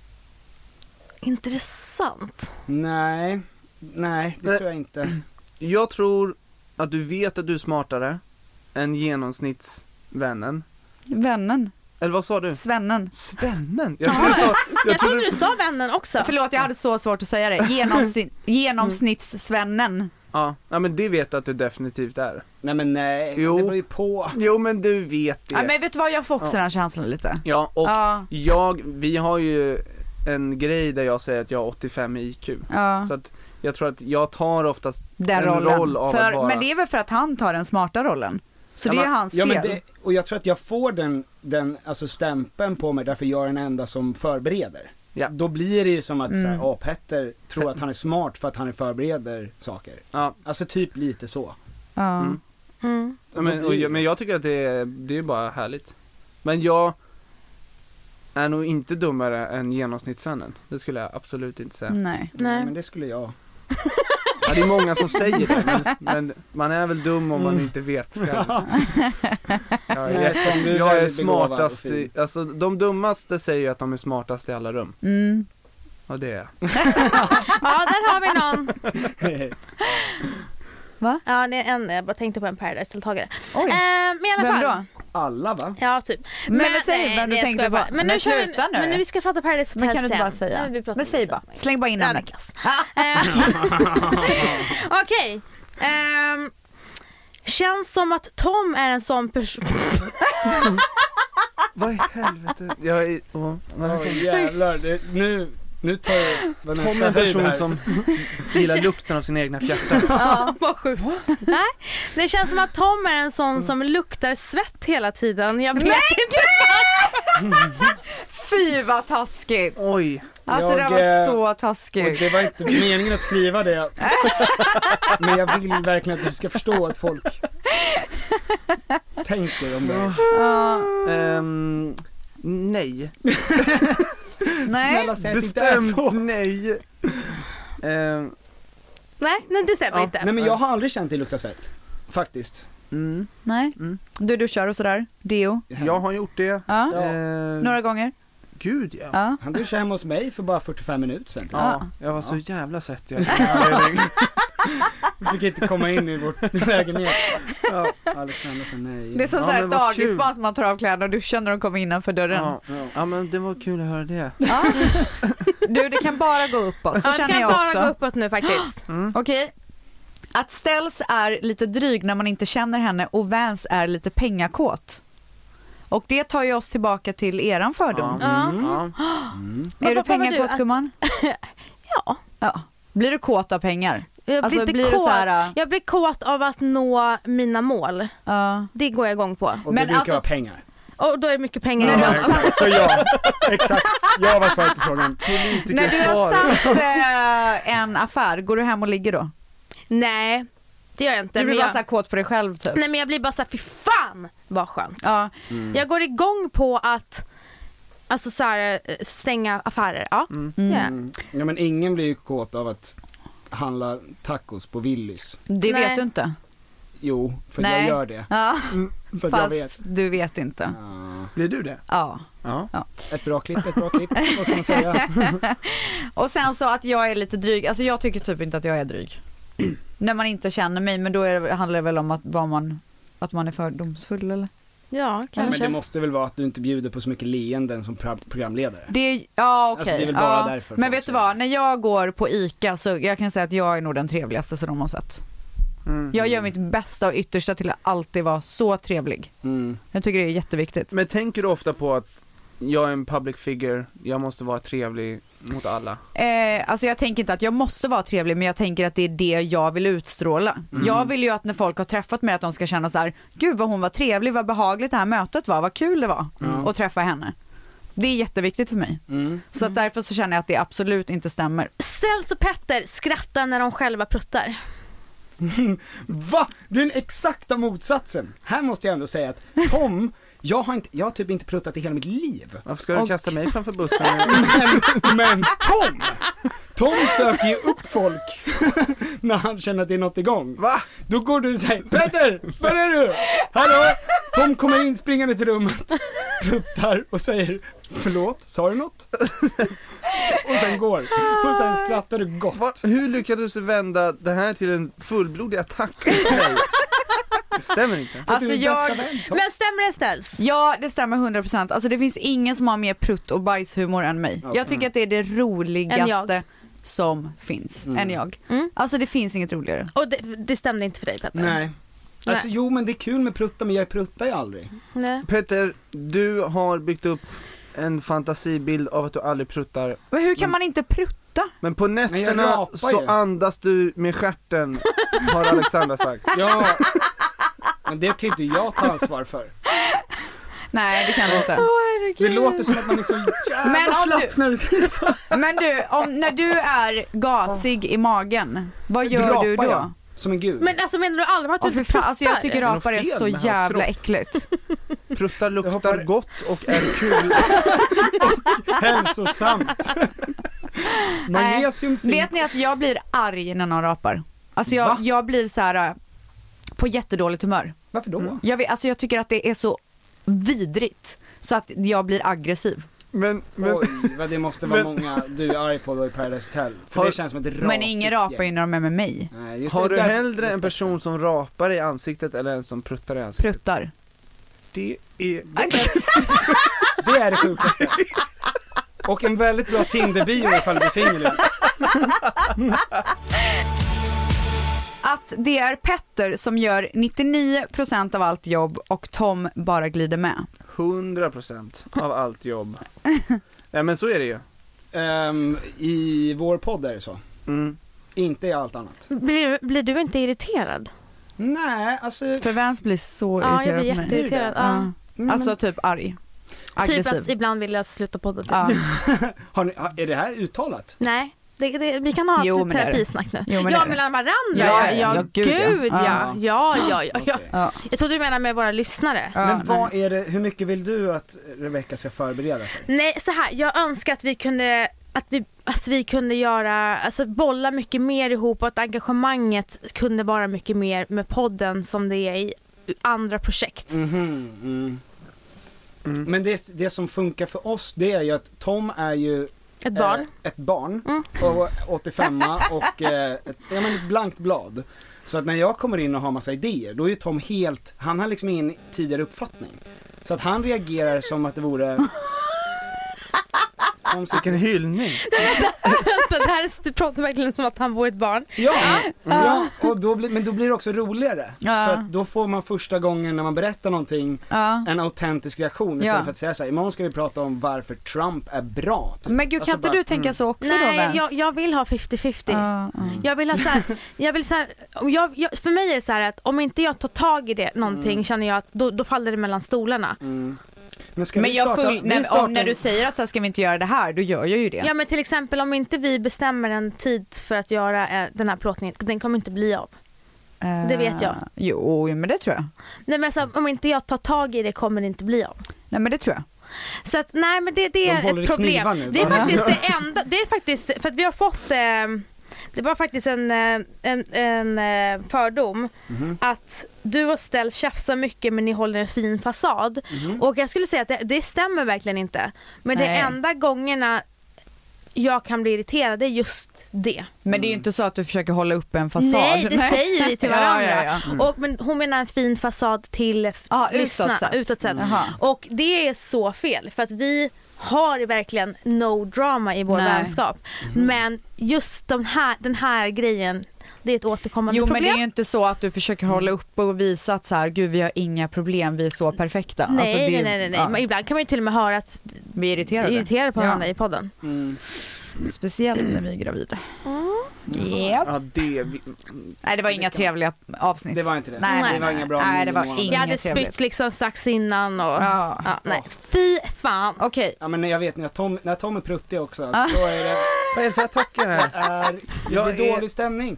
E: Intressant.
B: Nej, nej det
C: Nej.
B: tror jag inte.
C: Jag tror att du vet att du är smartare än genomsnittsvännen.
D: Vännen,
C: Eller vad sa du?
D: svennen.
C: Svennen? Jag trodde du sa, jag
E: Jag trodde
C: trodde,
E: du sa vännen också.
D: Förlåt, jag hade så svårt att säga det. Genomsnitt, genomsnittssvennen.
C: ja, ja, men det vet du att du definitivt är.
B: Nej men nej,
C: Jo.
B: det beror ju på.
C: Jo, men du vet det.
D: Ja, men vet du vad, jag får också
C: Ja.
D: den känslan lite.
C: Ja, och
D: Ja,
C: jag, vi har ju en grej där jag säger att jag har åttiofem i I Q.
D: ja.
C: Så att jag tror att jag tar oftast
D: Den
C: en
D: rollen.
C: roll av
D: för,
C: att vara...
D: Men det är väl för att han tar den smarta rollen. Så
C: Ja,
D: det är
C: men-
D: hans
B: Ja, men
D: fel.
B: det, och jag tror att jag får den, den alltså stämpeln på mig därför jag är den enda som förbereder.
C: Ja.
B: Då blir det ju som att
D: Mm.
B: så här, åh, Petter tror att han är smart för att han förbereder saker.
C: Ja,
B: Alltså typ lite så.
D: Ja.
C: Mm.
E: Mm.
C: ja, men, och, jag- men jag tycker att det är, det är bara härligt. Men jag är nog inte dummare än genomsnittsvännen. Det skulle jag absolut inte säga.
D: Nej.
E: Nej.
B: Men det skulle jag.
C: Ja, det är många som säger det, men, men man är väl dum om man
B: Mm.
C: inte vet själv. Jag är,
B: Nej,
C: jätte,
B: Tom, du är
C: jag är
B: väldigt begåvad och
C: smartast
B: fin.
C: i, alltså de dummaste säger ju att de är smartast i alla rum.
D: Mm.
C: Och det är jag.
E: Ja, där har vi någon.
D: Va?
E: Ja, det är en, jag bara tänkte på en Paradise-deltagare.
D: Oj,
E: Eh, men i alla
D: vem
E: fall.
D: då?
B: Alla va?
E: Ja, typ.
D: Men säg
E: nej,
D: vem du
E: nej, jag
D: tänkte
E: skojar
D: på.
E: bara. Men,
D: Men
E: nu kör vi,
D: sluta nu.
E: Men nu vi ska prata Paradise Hotel
D: Men kan du inte
E: sen.
D: bara säga?
E: Nej, vi pratar
D: Men säg
E: om det
D: bara,
E: sen.
D: släng bara in
E: Ja,
D: namnet.
E: det är kass. Eh, Okej. Ehm, känns som att Tom är en sån person.
C: Vad i helvete? Jag är, åh,
B: Åh jävlar, det, nu, nu tar jag Vanessa
C: Tom är en
B: höjd
C: person
B: här.
C: som gillar lukten av sina egna fjärtar.
E: Ja, vad sjukt. Nej, det känns som att Tom är en sån som luktar svett hela tiden. Jag vet inte.
D: Fy vad taskigt.
C: Oj.
D: Alltså
B: Jag,
D: det var
B: eh,
D: så
B: Och
D: taskigt.
B: det var inte meningen att skriva det. Men jag vill verkligen att du ska förstå att folk tänker om det.
D: Ja.
C: Ehm, nej.
D: Nej.
B: Snälla säg att det inte är
C: Bestämt
B: så.
C: nej. Ehm,
E: Nej, nej, det stämmer
C: Ja,
E: inte.
B: Nej men jag har aldrig känt det lukta svett. Faktiskt.
C: mm,
D: Nej.
C: Mm.
D: Du duschar och sådär. Deo.
C: jag har gjort det.
D: Ja.
B: Ja.
C: Ehm,
D: Några gånger.
C: Gud ja.
D: Ja.
B: Han duschade hemma hos mig för bara fyrtiofem minuter sedan.
C: Ja, jag var så jävla svettig.
B: Du fick inte komma in i vår lägenhet. Ja, Alexander sa nej.
D: Det är som
C: Ja,
D: så här
C: men vad
D: dagisbarn som man tar av kläderna och duschar när de kommer innanför dörren.
C: Ja.
B: Ja.
C: ja, men det var kul att höra det.
D: Ja. Du, det kan bara gå uppåt. Så
E: Ja, det
D: känner
E: kan
D: jag
E: bara
D: också.
E: gå uppåt nu faktiskt.
C: Mm.
D: Okej. Att Ställs är lite dryg när man inte känner henne och Vans är lite pengakåt. Och det tar ju oss tillbaka till eran fördom.
E: Ja.
B: Mm.
C: Ja.
B: Mm.
D: Är du
E: Vad- vad var
D: pengakåt,
E: du? Att-
D: gumman?
E: Ja.
D: Ja. Blir du kåt av pengar?
E: Jag blir,
D: Alltså
E: inte
D: blir du
E: kåt.
D: så här... äh,
E: Jag blir kåt av att nå mina mål.
D: Ja.
E: Det går jag igång på.
B: Och det
D: Men
B: brukar
D: alltså-
B: vara pengar.
E: Och då är det mycket pengar i
B: Ja,
E: det.
B: exakt. Så ja, exakt. Jag var svaret på frågan.
D: När du har satt eh, en affär, går du hem och ligger då?
E: Nej, det gör jag inte.
D: Du blir
E: men
D: bara
E: jag,
D: så här kåt på dig själv typ?
E: nej men jag blir bara såhär, fy fan vad skönt.
D: Ja.
B: Mm.
E: Jag går igång på att alltså så här, eh, stänga affärer. Ja,
C: Mm.
E: det gör jag.
B: Mm. Ja men ingen blir ju kåt av att handla tacos på Willys.
D: Det
E: Nej.
D: vet du inte.
B: Jo, för
D: Nej.
B: jag gör det.
D: Ja,
B: Så att jag
D: fast
B: vet.
D: du vet inte.
B: Ja.
C: Blir du det?
D: Ja.
C: Ja.
B: Ett bra klipp, ett bra klipp. Vad ska man säga?
D: Och sen så att jag är lite dryg, alltså jag tycker typ inte att jag är dryg. När man inte känner mig, men då är det, handlar det väl om att, vad man, att man är fördomsfull eller?
E: Ja,
B: Men
E: kanske.
B: det måste väl vara att du inte bjuder på så mycket leenden som pro- programledare.
D: Det är, ja okej.
B: Alltså, det är väl bara
D: ja.
B: därför
D: Men
B: folk
D: vet du
B: säger
D: vad, när jag går på ICA så jag kan säga att jag är nog den trevligaste som de har sett.
C: Mm.
D: Jag gör mitt bästa och yttersta till att alltid vara så trevlig.
B: Mm.
D: Jag tycker det är jätteviktigt.
C: Men tänker du ofta på att jag är en public figure, jag måste vara trevlig mot alla?
D: Eh, alltså jag tänker inte att jag måste vara trevlig, men jag tänker att det är det jag vill utstråla.
C: Mm.
D: Jag vill ju att när folk har träffat mig att de ska känna så här: gud vad hon var trevlig, vad behagligt det här mötet var, vad kul det var
B: Mm.
D: att träffa henne. Det är jätteviktigt för mig.
B: Mm.
D: Så att därför så känner jag att det absolut inte stämmer.
E: Ställs och Petter skrattar när de själva pruttar.
B: Va? Det är den exakta motsatsen. Här måste jag ändå säga att Tom, jag har, inte, jag har typ inte pruttat i hela mitt liv.
C: Varför ska du
D: Och-
C: kasta mig framför bussen?
B: Men, men Tom! Tom söker ju upp folk när han känner att det är något igång.
C: Va?
B: Då går du och säger, Petter, var är du? Hallå? Tom kommer in springande till rummet, pruttar och säger, förlåt, sa du något? Och sen går. Och sen skrattar du gott.
C: Va? Hur lyckades du vända det här till en fullblodig attack? Nej. Det stämmer inte.
B: För att
D: Alltså
B: du är
D: jag-
B: bästa vän, Tom.
E: Men stämmer det ställs?
D: Ja, det stämmer hundra procent. Alltså det finns ingen som har mer prutt och bajshumor än mig.
B: Okej.
D: Jag tycker att det är det
E: Än
D: roligaste
E: jag.
D: som finns.
B: Mm.
D: Än jag.
E: Mm.
D: Alltså det finns inget roligare.
E: Och det, det stämde inte för dig, Petter?
B: Nej. Alltså
E: Nej.
B: jo, men det är kul med prutta, men jag pruttar ju aldrig.
E: Nej.
C: Petter, du har byggt upp en fantasibild av att du aldrig pruttar.
D: Men hur kan
C: Men-
D: man inte prutta?
C: Men på
B: Men jag
C: nätterna
B: rapar
C: så
B: ju.
C: andas du med stjärten, har Alexandra sagt.
B: Ja, men det kan inte jag ta ansvar för.
D: Nej, det kan du inte.
B: Det låter som att man är så jävla
D: Men om
B: slapp
D: du-
B: när du säger så.
D: Men du, om, när du är gasig i magen, vad gör
B: Rapar
D: du då?
B: jag, som en gud.
E: Men alltså menar du allvar att du
D: Åh, för
E: inte
D: fan, alltså jag
E: pruttar?
D: tycker
C: Är det något
D: rapar är
C: fel
D: så
C: med hans
D: jävla
C: kropp?
D: äckligt.
C: Pruttar
B: Jag
C: luktar
B: hoppar-
C: gott och är kul.
B: Hälsosamt. Magnesium, zink.
D: Vet ni att jag blir arg när någon rapar? Alltså
B: Va?
D: jag, jag blir så här äh, på jättedåligt humör.
B: Varför då?
D: Jag, vet, alltså jag tycker att det är så vidrigt så att jag blir aggressiv.
C: Men, men
B: Oj, vad det måste vara
C: Men-
B: många du är arg på då i Paradise Hotel. För
C: Har-
B: det känns som ett rapigt
D: Men ingen rapar ju när de är med mig.
B: Nej, just
C: har
B: det,
C: du
B: där-
C: hellre en
B: respekt.
C: person som rapar i ansiktet eller en som pruttar i ansiktet?
D: Pruttar.
C: Det är...
B: Det är det sjukaste. Och en väldigt bra Tinder-bio ifall du är singel.
D: Att det är Petter som gör nittionio procent av allt jobb och Tom bara glider med.
C: hundra procent av allt jobb. Ja men så är det ju.
B: Um, I vår podd är det så.
C: Mm.
B: Inte i allt annat.
E: Blir, blir du inte irriterad?
B: Nej, alltså...
D: För Vans blir så
E: Ja, jag
D: irriterad
E: blir
D: på mig.
E: jätteirriterad. Ja.
D: Ja. Alltså typ arg. Aggressiv.
E: Typ att ibland vill jag sluta podda. Typ.
D: Ja.
B: Har ni, har- är det här uttalat?
E: Nej, det, det, vi kan ha
D: Jo,
E: ett
D: men det är det.
E: terapisnack nu.
D: Jo, men det
E: ja,
D: är det.
E: mellan varandra.
D: Ja,
E: Ja,
D: ja,
E: ja,
D: ja, gud, ja.
E: gud ja. Ja, ja, ja, ja.
B: Okej.
D: Ja.
E: Jag trodde du menade med våra lyssnare.
D: Ja,
B: Men vad
D: nej.
B: är det, hur mycket vill du att Rebecca ska förbereda sig?
E: Nej, så här, jag önskar att vi kunde att vi, att vi kunde göra, alltså bolla mycket mer ihop och att engagemanget kunde vara mycket mer med podden som det är i andra projekt.
B: Mhm, mm.
C: Mm.
B: Men det, det som funkar för oss, det är ju att Tom är ju
E: Ett barn.
B: eh, ett barn
E: Mm.
B: och åttiofem och eh, ett, ja, men ett blankt blad. Så att när jag kommer in och har massa idéer, då är ju Tom helt, han har liksom ingen tidigare uppfattning. Så att han reagerar som att det vore Tom
C: Vilken hyllning.
E: Det här är, du pratar verkligen som att han vore ett barn.
B: Ja, ja och då blir, men då blir det också roligare.
D: Ja.
B: För att då får man första gången när man berättar någonting
D: Ja.
B: en autentisk reaktion istället
D: Ja.
B: för att säga så här, imorgon ska vi prata om varför Trump är bra. Typ.
D: Men gud,
B: Alltså
D: kan inte
B: bara,
D: du tänka så också då,
E: Nej,
D: Vans?
E: jag, jag vill ha femtio femtio.
D: Ja, ja.
E: Jag vill ha så här, jag vill så här, om jag, jag, för mig är det så här att om inte jag tar tag i det någonting
B: Mm.
E: känner jag att då, då faller det mellan stolarna.
B: Mm. Men, ska
D: Men
B: vi
D: jag
B: starta,
D: full,
B: vi
D: när,
B: startar-
D: om, när du säger att så här ska vi inte göra det här, då gör jag ju det.
E: Ja, men till exempel om inte vi bestämmer en tid för att göra eh, den här plåtningen, den kommer inte bli av.
D: Eh,
E: det vet jag.
D: Jo, men det tror jag.
E: Nej, men så, om inte jag tar tag i det kommer det inte bli av.
D: Nej, men det tror jag.
E: Så att, nej men det, det är
B: De håller i
E: ett problem.
B: knivar nu,
E: Det är
B: va?
E: faktiskt det enda, det är faktiskt, för att vi har fått, eh, det var faktiskt en, eh, en, en eh, fördom
B: Mhm.
E: att du och Stell tjafsar mycket men ni håller en fin fasad.
B: Mhm.
E: Och jag skulle säga att det, det stämmer verkligen inte. Men det
D: Nej.
E: enda gångerna jag kan bli irriterad det är just det.
D: Men det är ju inte så att du försöker hålla upp en fasad.
E: Nej, det säger vi till varandra.
D: Ja, ja, ja.
E: Och, men hon menar en fin fasad till
D: Ja,
E: lyssnarna,
D: utåt sett.
E: utåt sett.
D: Jaha.
E: Och det är så fel för att vi har verkligen no drama i vår
D: Nej.
E: vänskap. Men just de här, den här grejen, det är ett återkommande
D: Jo,
E: problem.
D: men det är ju inte så att du försöker hålla upp och visa att så här, gud vi har inga problem, vi är så perfekta.
E: Nej,
D: Alltså, det är
E: nej,
D: ju-
E: nej, nej, nej.
D: ja,
E: Men ibland kan man ju till och med höra att
D: vi är irriterade.
E: vi är irriterade på
D: Ja.
E: varandra i podden.
B: Mm.
D: Speciellt när vi är gravida. Yep.
C: Ja, det... Vi...
D: Nej, det var inga trevliga avsnitt.
B: Det var inte det.
D: Nej,
B: det
D: nej,
B: var
D: nej.
B: inga bra
D: Nej, det var
B: nio månader.
D: inget
E: Jag hade
D: trevligt.
E: spytt liksom strax innan och
D: Ja.
E: ja, nej. Fy fan.
D: Okej.
B: Ja, men jag vet när Tom, när Tom är pruttig också,
D: Ah.
B: då är det,
C: Vad är det för attacker här?
B: är, det
C: Jag
B: blir
C: är-
B: dålig stämning.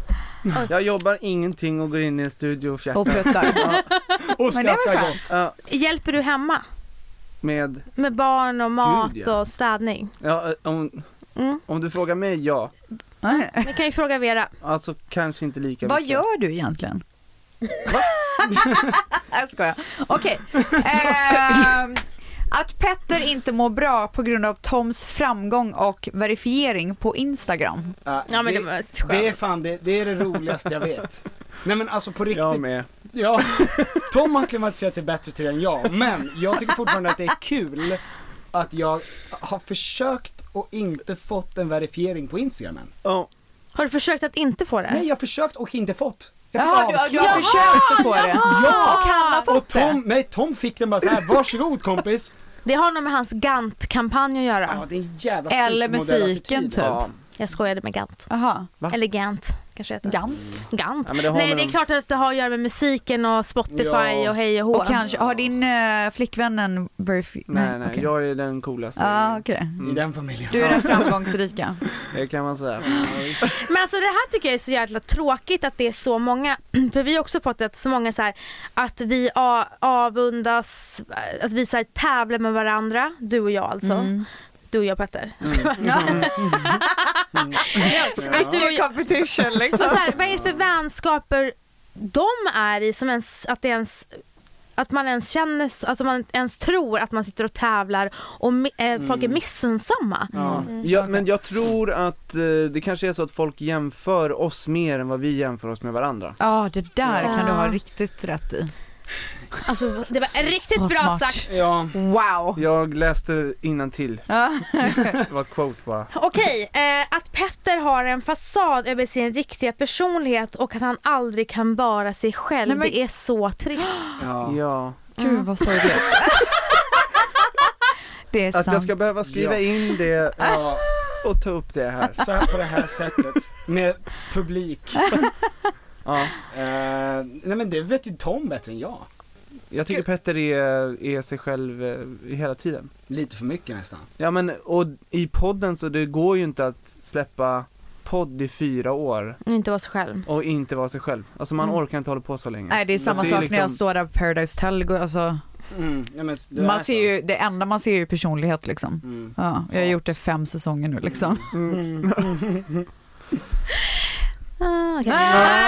C: Jag jobbar ingenting och går in i en studio och
D: Och
C: fjärtar.
D: pruttar.
B: Och
D: Men det är väl
B: skrattar
D: skönt.
B: gott.
C: Ja,
E: Hjälper du hemma?
C: med...
E: Med barn och mat
C: Gud, ja.
E: och städning?
C: Ja, om,
E: Mm.
C: Om du frågar mig, ja.
E: Vi kan ju fråga Vera.
C: Alltså kanske inte lika
D: Vad
C: mycket.
D: gör du egentligen? Jag skojar. Okej. Ehm, att Petter inte mår bra på grund av Toms framgång och verifiering på Instagram.
B: Ja,
E: Ja, men det
B: det,
E: var ett skämt.
B: det är fan det, det är det roligaste jag vet. Nej men alltså på riktigt.
C: Jag med.
B: Ja, Tom har klimatiserat sig bättre till än jag, men jag tycker fortfarande att det är kul att jag har försökt och inte fått en verifiering på Instagram än.
C: Ja.
E: Har du försökt att inte få det?
B: Nej, jag har försökt och inte fått. Jag fick
D: Jaha, du,
B: avslag.
D: du har försökt att få det.
B: Ja,
D: Och han har
B: och
D: fått
B: Tom,
D: det.
B: nej Tom fick den bara så här, varsågod kompis.
E: Det har nog med hans Gant-kampanj att göra.
B: Ja, det är en jävla
D: Eller
B: supermodellattityd.
D: musiken, typ.
C: Ja.
E: Jag skojade med Gant.
D: Aha.
C: Va?
E: Eller Gant, kanske heter.
D: Gant.
E: Gant.
C: Ja, men det har
E: Nej,
C: med
E: det är
C: dem-
E: klart att det har att göra med musiken och Spotify
B: Ja.
E: och hej och hå.
D: Och kanske, har din uh, flickvän en verifi...
C: Nej, nej,
D: okej.
C: jag är den coolaste.
D: Ah, okej.
B: I den familjen.
D: Du är den framgångsrika.
C: Det kan man säga.
E: Men alltså det här tycker jag är så jävla tråkigt att det är så många, för vi har också fått att så många så här, att vi a- avundas, att vi så här, tävlar med varandra, du och jag alltså.
D: Mm.
E: Du och jag Petter.
D: Vilken competition liksom.
E: Och så här, vad är det för vänskaper de är i som ens, att det ens att man ens känner, att man ens tror att man sitter och tävlar och eh, folk är missunnsamma.
C: Ja.
D: Mm.
C: Ja, men jag tror att eh, det kanske är så att folk jämför oss mer än vad vi jämför oss med varandra.
D: Ja, det där
E: Ja.
D: kan du ha riktigt rätt i.
E: Alltså det var riktigt
D: Så
E: bra
D: smart.
E: sagt.
B: Ja,
D: Wow.
C: Jag läste innantill.
D: Ja.
C: Det var ett quote bara.
E: Okej, eh, att Petter har en fasad över sin riktiga personlighet och att han aldrig kan vara sig själv,
D: Nej, men-
E: det är så trist.
B: ja.
C: Ja.
D: Gud vad sorgligt. Det är
C: Att
D: sant.
C: jag ska behöva skriva
B: Ja.
C: in det
B: ja.
C: och ta upp det här.
B: Så här på det här sättet, med publik.
C: Ja.
B: Eh, nej men det vet ju Tom bättre än jag.
C: Jag tycker Petter är, är sig själv eh, hela tiden.
B: Lite för mycket nästan.
C: Ja, men och i podden så det går ju inte att släppa podd i fyra år
E: Inte vara sig själv.
C: och inte vara sig själv. Alltså man
E: Mm.
C: orkar inte hålla på så länge.
D: Nej, det är samma
C: Det är
D: sak
C: liksom-
D: när jag står där på Paradise Hotel. Alltså,
B: Mm. Ja, men det är
D: man
B: så.
D: ser ju, det enda man ser är ju personlighet liksom.
B: Mm.
D: Ja, jag har gjort det fem säsonger nu liksom.
C: Mm.
E: Ah, okej.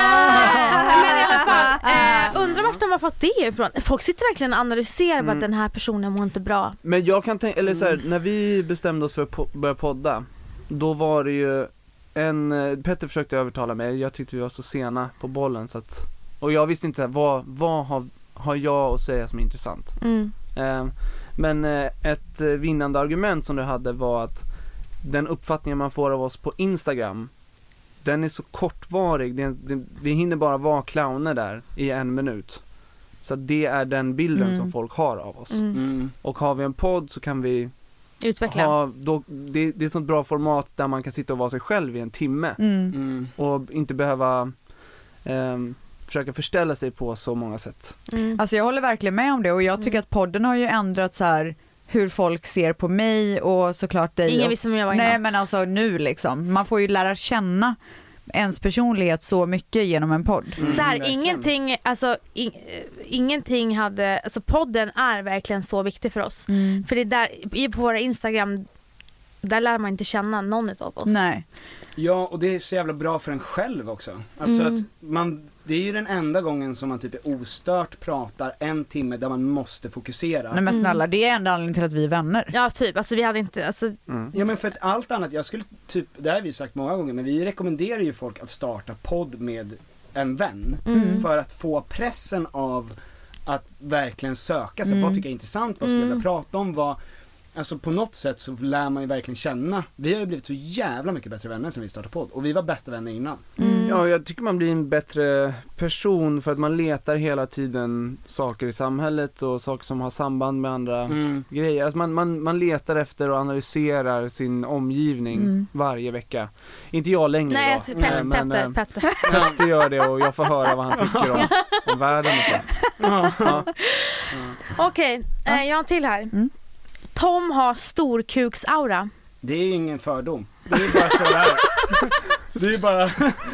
E: Men i alla fall, eh, undrar vart de har fått det ifrån. Folk sitter verkligen och analyserar
C: Mm.
E: att den här personen mår inte bra.
C: Men jag kan tänka, eller så här, när vi bestämde oss för att po- börja podda, då var det ju en, eh, Petter försökte övertala mig, jag tyckte vi var så sena på bollen så att, och jag visste inte så här, vad, vad har, har jag att säga som är intressant.
E: Mm.
C: Eh, men eh, ett eh, vinnande argument som du hade var att den uppfattningen man får av oss på Instagram, den är så kortvarig, det, det, vi hinner bara vara clowner där i en minut. Så att det är den bilden
D: Mm.
C: som folk har av oss.
E: Mm.
B: Mm.
C: Och har vi en podd så kan vi
E: Utveckla.
C: ha, då, det, det är ett sånt bra format där man kan sitta och vara sig själv i en timme
D: Mm.
B: Mm.
C: och inte behöva ehm, försöka förställa sig på så många sätt.
E: Mm.
D: Alltså jag håller verkligen med om det och jag tycker
E: Mm.
D: att podden har ju ändrat så här hur folk ser på mig och såklart dig.
E: Ingen
D: och,
E: visste vem jag var
D: nej
E: innan.
D: men alltså nu liksom, man får ju lära känna ens personlighet så mycket genom en podd.
B: Mm,
E: Så här,
B: verkligen.
E: ingenting, alltså in, eh, ingenting hade, alltså podden är verkligen så viktig för oss.
D: Mm.
E: För det är där, i- på våra Instagram, där lär man inte känna någon av oss.
D: Nej.
B: Ja, och det är så jävla bra för en själv också. Alltså
E: Mm.
B: att man, det är ju den enda gången som man typ är ostört pratar en timme där man måste fokusera.
D: Nej men snälla, det är enda anledningen till att vi är vänner.
E: Ja typ, alltså vi hade inte, alltså,
C: Mm.
B: Ja men för att allt annat, jag skulle typ, det har vi sagt många gånger, men vi rekommenderar ju folk att starta podd med en vän.
E: Mm.
B: För att få pressen av att verkligen söka sig,
D: Mm.
B: vad tycker jag är intressant, vad skulle jag
E: Mm.
B: vilja prata om, vad, alltså på något sätt så lär man ju verkligen känna. Vi har ju blivit så jävla mycket bättre vänner sen vi startade podd, och vi var bästa vänner innan.
E: mm.
C: Ja, jag tycker man blir en bättre person för att man letar hela tiden saker i samhället och saker som har samband med andra
B: Mm.
C: grejer. Alltså man, man, man letar efter och analyserar sin omgivning
D: Mm.
C: varje vecka. Inte jag längre
E: Nej,
C: då.
E: alltså, Petter,
C: men,
E: Petter,
C: eh,
E: Petter.
C: Petter gör det och jag får höra vad han tycker om, om världen och så. Ja.
E: Okej, eh, jag har en till här.
D: Mm.
E: Tom har storkuksaura.
B: Det är ju ingen fördom. Det är ju bara så där. Det är ju bara...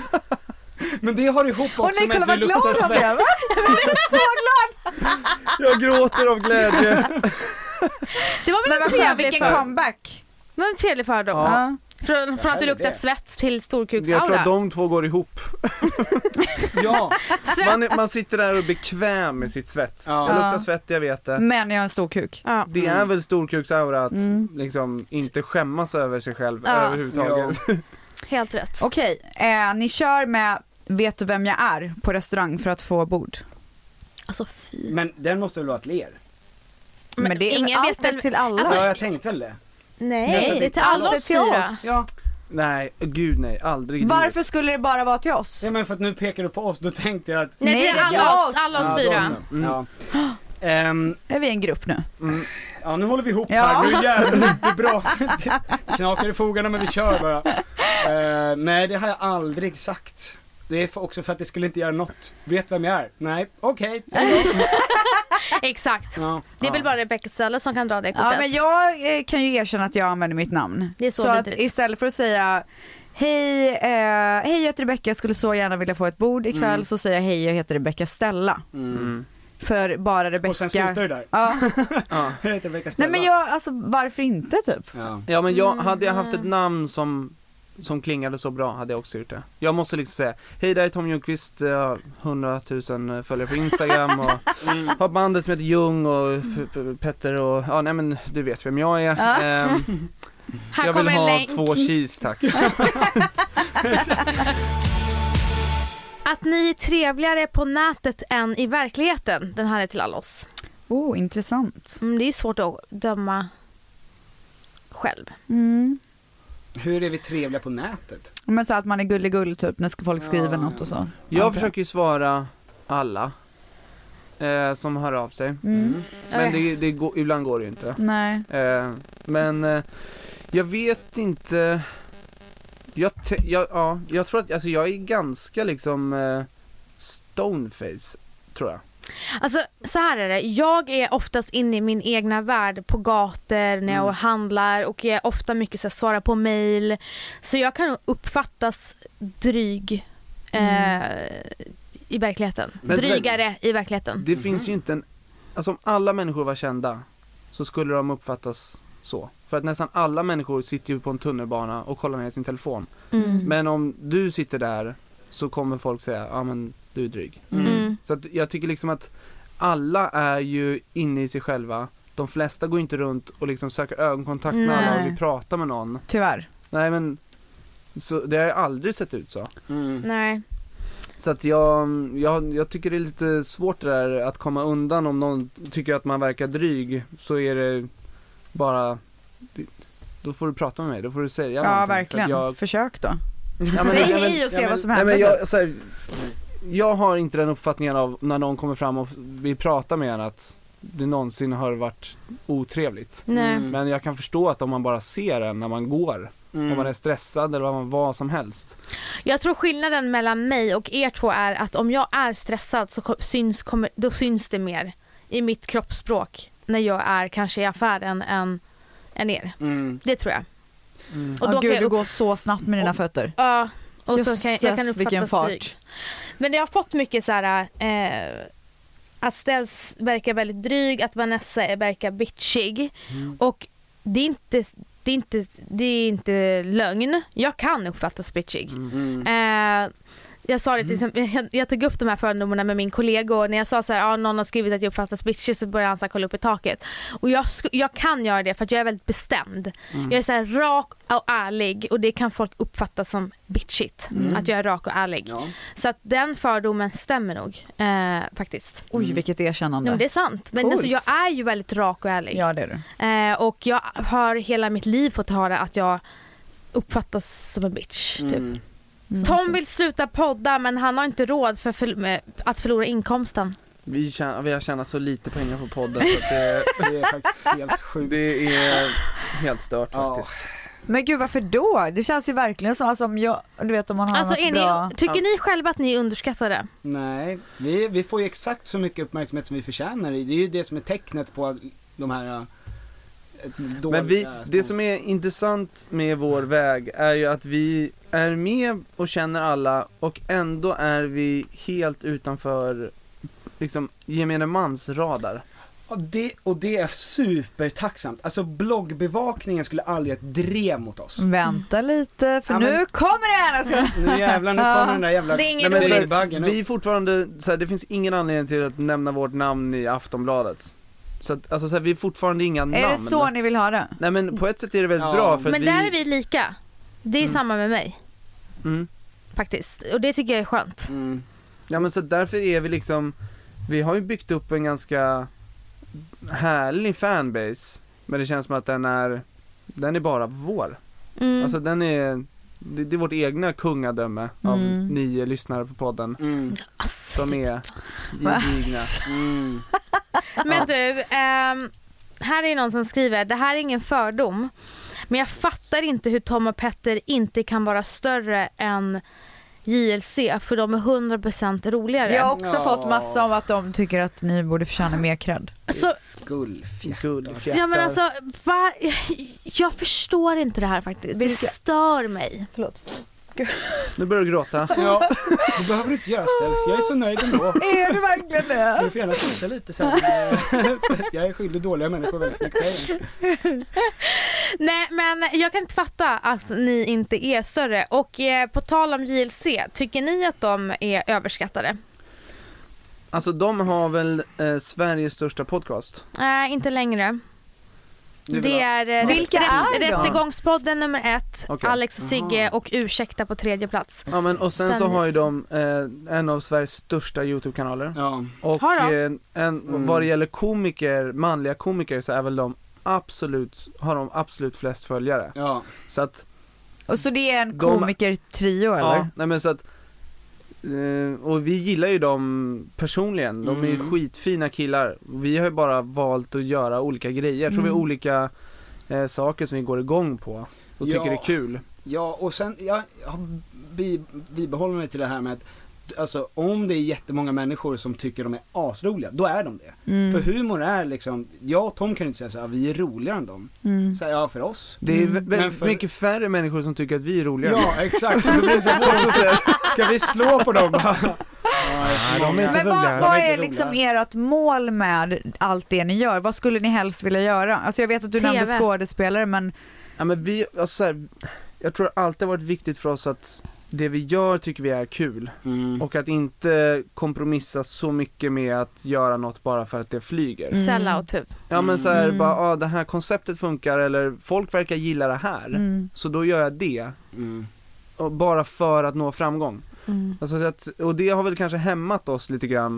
B: Men det har ihop
D: Och
B: också
D: nej,
B: med
D: kolla
B: att du
D: vad glad
B: luktar
D: jag blev.
B: svett.
D: Jag blev så glad.
C: Jag gråter av glädje.
E: Det var väl
D: Men
E: en
D: vad skönt,
E: trevlig,
D: vilken
E: för...
D: comeback.
E: men en trevlig fördom.
C: Ja.
D: Ja.
E: Från, från att du luktar svett till
C: Jag
E: storkuksaura.
C: tror att de två går ihop.
B: Ja.
C: Man, är- man sitter där och är bekväm med sitt svett.
B: Ja.
C: Jag luktar svett, jag vet det.
D: Men jag har en stor kuk.
E: Ja.
C: Det är väl storkuksaura att
D: Mm.
C: liksom inte skämmas över sig själv
E: Ja.
C: överhuvudtaget.
E: Helt rätt.
D: Okej, eh, ni kör med vet du vem jag är på restaurang för att få bord.
E: Alltså fy.
B: Men den måste väl vara till er?
D: Men,
E: Men
D: det är
E: ingen
D: allt
E: vet väl-
D: är till alla.
E: Alltså-
B: Ja, jag tänkte väl det.
E: Nej,
B: så
E: det är
B: att
E: till
B: allt
E: alla
D: är
E: oss
D: till
E: fyra.
D: oss.
B: Ja.
C: Nej, gud nej, aldrig i livet.
D: Varför skulle det bara vara till oss?
B: Ja, men för att nu pekar du på oss, då tänkte jag att...
E: Nej,
D: Nej,
E: det
D: det
E: är
D: är
E: alla
D: oss.
E: oss, alla oss
B: Ja,
E: fyra.
B: då så. Ja. Ehm,
D: Är vi en grupp nu?
C: Mm.
B: ja, nu håller vi ihop
D: Ja.
B: här, nu jävlar, det är bra. Det knakar i fogarna men vi kör bara. Ehm, nej, det har jag aldrig sagt. Det är för, också för att det skulle inte göra något. Vet vem jag är? Nej, okej.
E: Exakt.
B: Ja.
E: Det är väl bara Rebecca Stella som kan dra det
D: Ja,
E: kortet.
D: men jag eh, kan ju erkänna att jag använder mitt namn.
E: Det är så
D: så att
E: vidrigt.
D: istället för att säga hej, eh, hej jag heter Rebecca, jag skulle så gärna vilja få ett bord ikväll,
B: Mm.
D: så säger jag hej jag heter Rebecca Stella.
B: Mm.
C: Mm.
D: För bara Rebecca.
B: Och sen slutar det där.
D: Ja.
C: Ja.
B: Jag heter Rebecca
D: Nej
B: Stella.
D: men jag, alltså varför inte typ?
B: Ja.
C: Ja men jag, hade jag
E: Mm.
C: haft ett namn som, som klingade så bra hade jag också gjort det. Jag måste liksom säga, hej där är Tom Ljungqvist, jag har hundratusen följare på Instagram och
B: Mm.
C: har bandet som heter Ljung och P- P- Petter och, ja nej men du vet vem jag är.
D: Ja.
C: Ehm,
E: Här
C: jag vill
E: kommer en
C: ha
E: länk.
C: två cheese tack.
E: Att ni är trevligare på nätet än i verkligheten. Den här är till alla oss.
D: Oh, intressant.
E: Mm, det är svårt att döma själv.
D: Mm.
B: Hur är vi trevliga på nätet?
D: Men så att man är gulligull typ när folk skriver
B: Ja,
D: något och så.
C: Jag
D: Antar
C: försöker ju svara alla eh, som hör av sig.
D: Mm.
C: Men
E: Okej.
C: det, det går, ibland går det ju inte.
D: Nej.
C: Eh, men eh, jag vet inte. Jag, te, jag, ja, jag tror att alltså, jag är ganska liksom eh, stoneface, tror jag.
E: Alltså så här är det, jag är oftast inne i min egna värld på gator när jag
C: Mm.
E: handlar och jag är ofta mycket så här, svarar på mail. Så jag kan uppfattas dryg eh, i verkligheten.
C: Men sen-
E: Drygare i verkligheten.
C: Det finns ju inte en, alltså om alla människor var kända så skulle de uppfattas så. För att nästan alla människor sitter ju på en tunnelbana och kollar ner sin telefon.
E: Mm.
C: Men om du sitter där så kommer folk säga, ja men du är dryg.
E: Mm.
C: Så att jag tycker liksom att alla är ju inne i sig själva. De flesta går inte runt och liksom söker ögonkontakt med alla och
D: Nej.
C: vill prata med någon.
D: Tyvärr.
C: Nej men, så, det har ju aldrig sett ut så.
B: Mm.
E: Nej.
C: Så att jag, jag, jag tycker det är lite svårt det där att komma undan om någon tycker att man verkar dryg, så är det bara, då får du prata med mig, då får du säga
D: Ja,
C: någonting.
D: verkligen.
C: För att Jag,
D: Försök då.
C: ja, men,
D: Säg
C: ja, men,
D: hej och se
B: ja, men-
D: vad som
C: nej,
D: händer.
C: men jag, så här, jag har inte den uppfattningen av när någon kommer fram och vill prata med en att det någonsin har varit otrevligt.
E: Nej.
B: Mm.
C: Men jag kan förstå att om man bara ser en när man går,
B: Mm.
C: om man är stressad eller vad, man, vad som helst.
E: Jag tror skillnaden mellan mig och er två är att om jag är stressad så ko- syns, kommer, då syns det mer i mitt kroppsspråk när jag är kanske i affären än, än er.
B: Mm.
E: Det tror jag.
C: Mm.
E: Och
D: Åh,
E: då
D: gud,
E: kan jag
D: du
E: upp-
D: går så snabbt med dina fötter.
E: Ja, och så kan jag, jag kan
D: Jösses, vilken
E: uppfattas
D: fart.
E: dryg. Men jag har fått mycket så här eh, att Ställs verkar väldigt dryg, att Vanessa verkar bitchig.
C: Mm.
E: Och det är inte det är inte det är inte lögn. Jag kan uppfattas bitchig.
B: Mm.
E: Eh, jag sa det till exempel, jag, jag tog upp de här fördomarna med min kollega och när jag sa så här, ja, någon har skrivit att jag uppfattas bitchig, så började han så här, kolla upp i taket. Och jag, sk- jag kan göra det för att jag är väldigt bestämd.
C: Mm.
E: Jag är så här rak och ärlig och det kan folk uppfatta som bitchigt.
B: Mm.
E: Att jag är rak och ärlig.
B: Ja.
E: Så att den fördomen stämmer nog eh, faktiskt.
D: Oj, vilket erkännande.
E: Ja, men det är sant. Men
D: Coolt.
E: alltså, jag är ju väldigt rak och ärlig.
D: Ja, det är du.
E: Eh, och jag har hela mitt liv fått höra att jag uppfattas som en bitch. Typ.
B: Mm.
E: Tom vill sluta podda men han har inte råd för för med att förlora inkomsten.
C: Vi, tjänar, vi har tjänat så lite pengar på podden så att det,
B: Det är faktiskt helt sjukt.
C: det är helt stört
B: Ja.
C: faktiskt.
D: Men gud, varför då? Det känns ju verkligen som, alltså, om jag, du vet om man har
E: Alltså
D: något
E: är
D: bra...
E: ni, tycker ni själva att ni är underskattade?
B: Nej, vi, vi får ju exakt så mycket uppmärksamhet som vi förtjänar. Det är ju det som är tecknet på att de här äh, dåliga
C: Men vi, det
B: spons-
C: som är intressant med vår väg är ju att vi är med och känner alla och ändå är vi helt utanför liksom gemene mans radar.
I: Och det, och det är supertacksamt. Alltså bloggbevakningen skulle aldrig ett drev mot oss.
D: Vänta lite, för
I: Ja,
D: nu
I: men-
D: kommer det här. Alltså.
I: Nu jävlar, nu kommer den där jävla...
E: Det är ingen
C: Nej, men, så
E: roligt.
C: här,
I: baggen
C: vi är
I: upp.
C: fortfarande, så här, det finns ingen anledning till att nämna vårt namn i Aftonbladet. Så att, alltså så här, vi är fortfarande inga namn.
D: Är det så ni vill ha det?
C: Nej men på ett sätt är det väldigt
I: Ja.
C: bra för
E: Men
C: att
E: där
C: vi...
E: är vi lika. Det är
C: Mm.
E: samma med mig
C: Mm.
E: faktiskt. Och det tycker jag är skönt.
I: Mm.
C: Ja men så därför är vi liksom, vi har ju byggt upp en ganska härlig fanbase. Men det känns som att den är, den är bara vår.
E: Mm.
C: Alltså den är, det, det är vårt egna kungadöme av
D: Mm.
C: nio lyssnare på podden.
I: Mm.
E: Alltså,
C: Som är gedigna.
I: Mm.
E: Men du, ehm, här är någon som skriver, det här är ingen fördom, men jag fattar inte hur Tom och Petter inte kan vara större än J L C, för de är hundra procent roligare.
D: Jag har också
I: Ja.
D: fått massa om att de tycker att ni borde förtjäna mer cred.
E: Så,
I: Gullfjärtar.
C: Guldfjärtar.
E: ja men alltså, va, jag förstår inte det här faktiskt.
D: Vilka-
E: Det stör mig.
C: Nu börjar du gråta.
I: Ja, du behöver inte göra ställs. Jag är så nöjd ändå.
D: Är du verkligen det?
I: Du får gärna sluta lite sen. För att jag är skyldig dåliga människor väldigt mycket.
E: Nej, men jag kan inte fatta att ni inte är större. Och eh, på tal om J L C, tycker ni att de är överskattade?
C: Alltså de har väl eh, Sveriges största podcast.
E: Nej, inte längre.
I: Du vill
E: Det
I: ha-
E: är eh,
D: Vilka
E: rätt-
D: är de?
E: Rättegångspodden nummer ett,
C: Okej.
E: Alex och Sigge
I: Aha.
E: och Ursäkta på tredje plats.
C: Ja men och sen,
E: Sen
C: så har ju
E: liksom.
C: de eh, en av Sveriges största YouTube-kanaler.
I: Ja.
C: Och
E: Har de?
C: eh, en,
I: Mm.
C: vad det gäller komiker, manliga komiker så är väl de absolut, har de absolut flest följare.
I: Ja.
C: Så att,
D: Och så det är en
C: De-
D: komiker-trio eller?
C: ja, nej men så att eh, och vi gillar ju dem personligen, de är ju
I: Mm.
C: skitfina killar. Vi har ju bara valt att göra olika grejer, jag tror vi har
D: Mm.
C: olika eh, saker som vi går igång på och tycker
I: Ja.
C: det är kul.
I: Ja, och sen, jag har bi- bibehållit mig till det här med att alltså om det är jättemånga människor som tycker de är asroliga, då är de det.
D: Mm.
I: För humor är liksom, jag och Tom kan inte säga så här, vi är roligare än dem.
D: Mm.
I: Så här, ja, för oss.
C: Det är
D: Mm.
C: vä- väldigt
I: Men för-
C: mycket färre människor som tycker att vi är roliga.
I: Ja, exakt. Då blir det så svårt att säga, ska vi slå på dem? Ja,
C: Nej, de är inte
D: Men vad,
C: roliga.
D: vad
I: De är
D: är
I: inte
D: liksom
I: roliga.
D: ert mål med allt det ni gör? Vad skulle ni helst vilja göra? Alltså jag vet att du
E: T V.
D: nämnde skådespelare men
C: Ja men vi, alltså så här, jag tror det alltid har varit viktigt för oss att det vi gör tycker vi är kul.
I: Mm.
C: Och att inte kompromissa så mycket med att göra något bara för att det flyger.
D: Mm.
E: Sellout typ.
C: Ja men så här,
D: Mm.
C: bara, ah, det här konceptet funkar eller folk verkar gilla det här.
D: mm.
C: Så då gör jag det.
I: Mm.
C: Och bara för att nå framgång.
E: Mm.
C: Alltså, så att, och det har väl kanske hämmat oss lite grann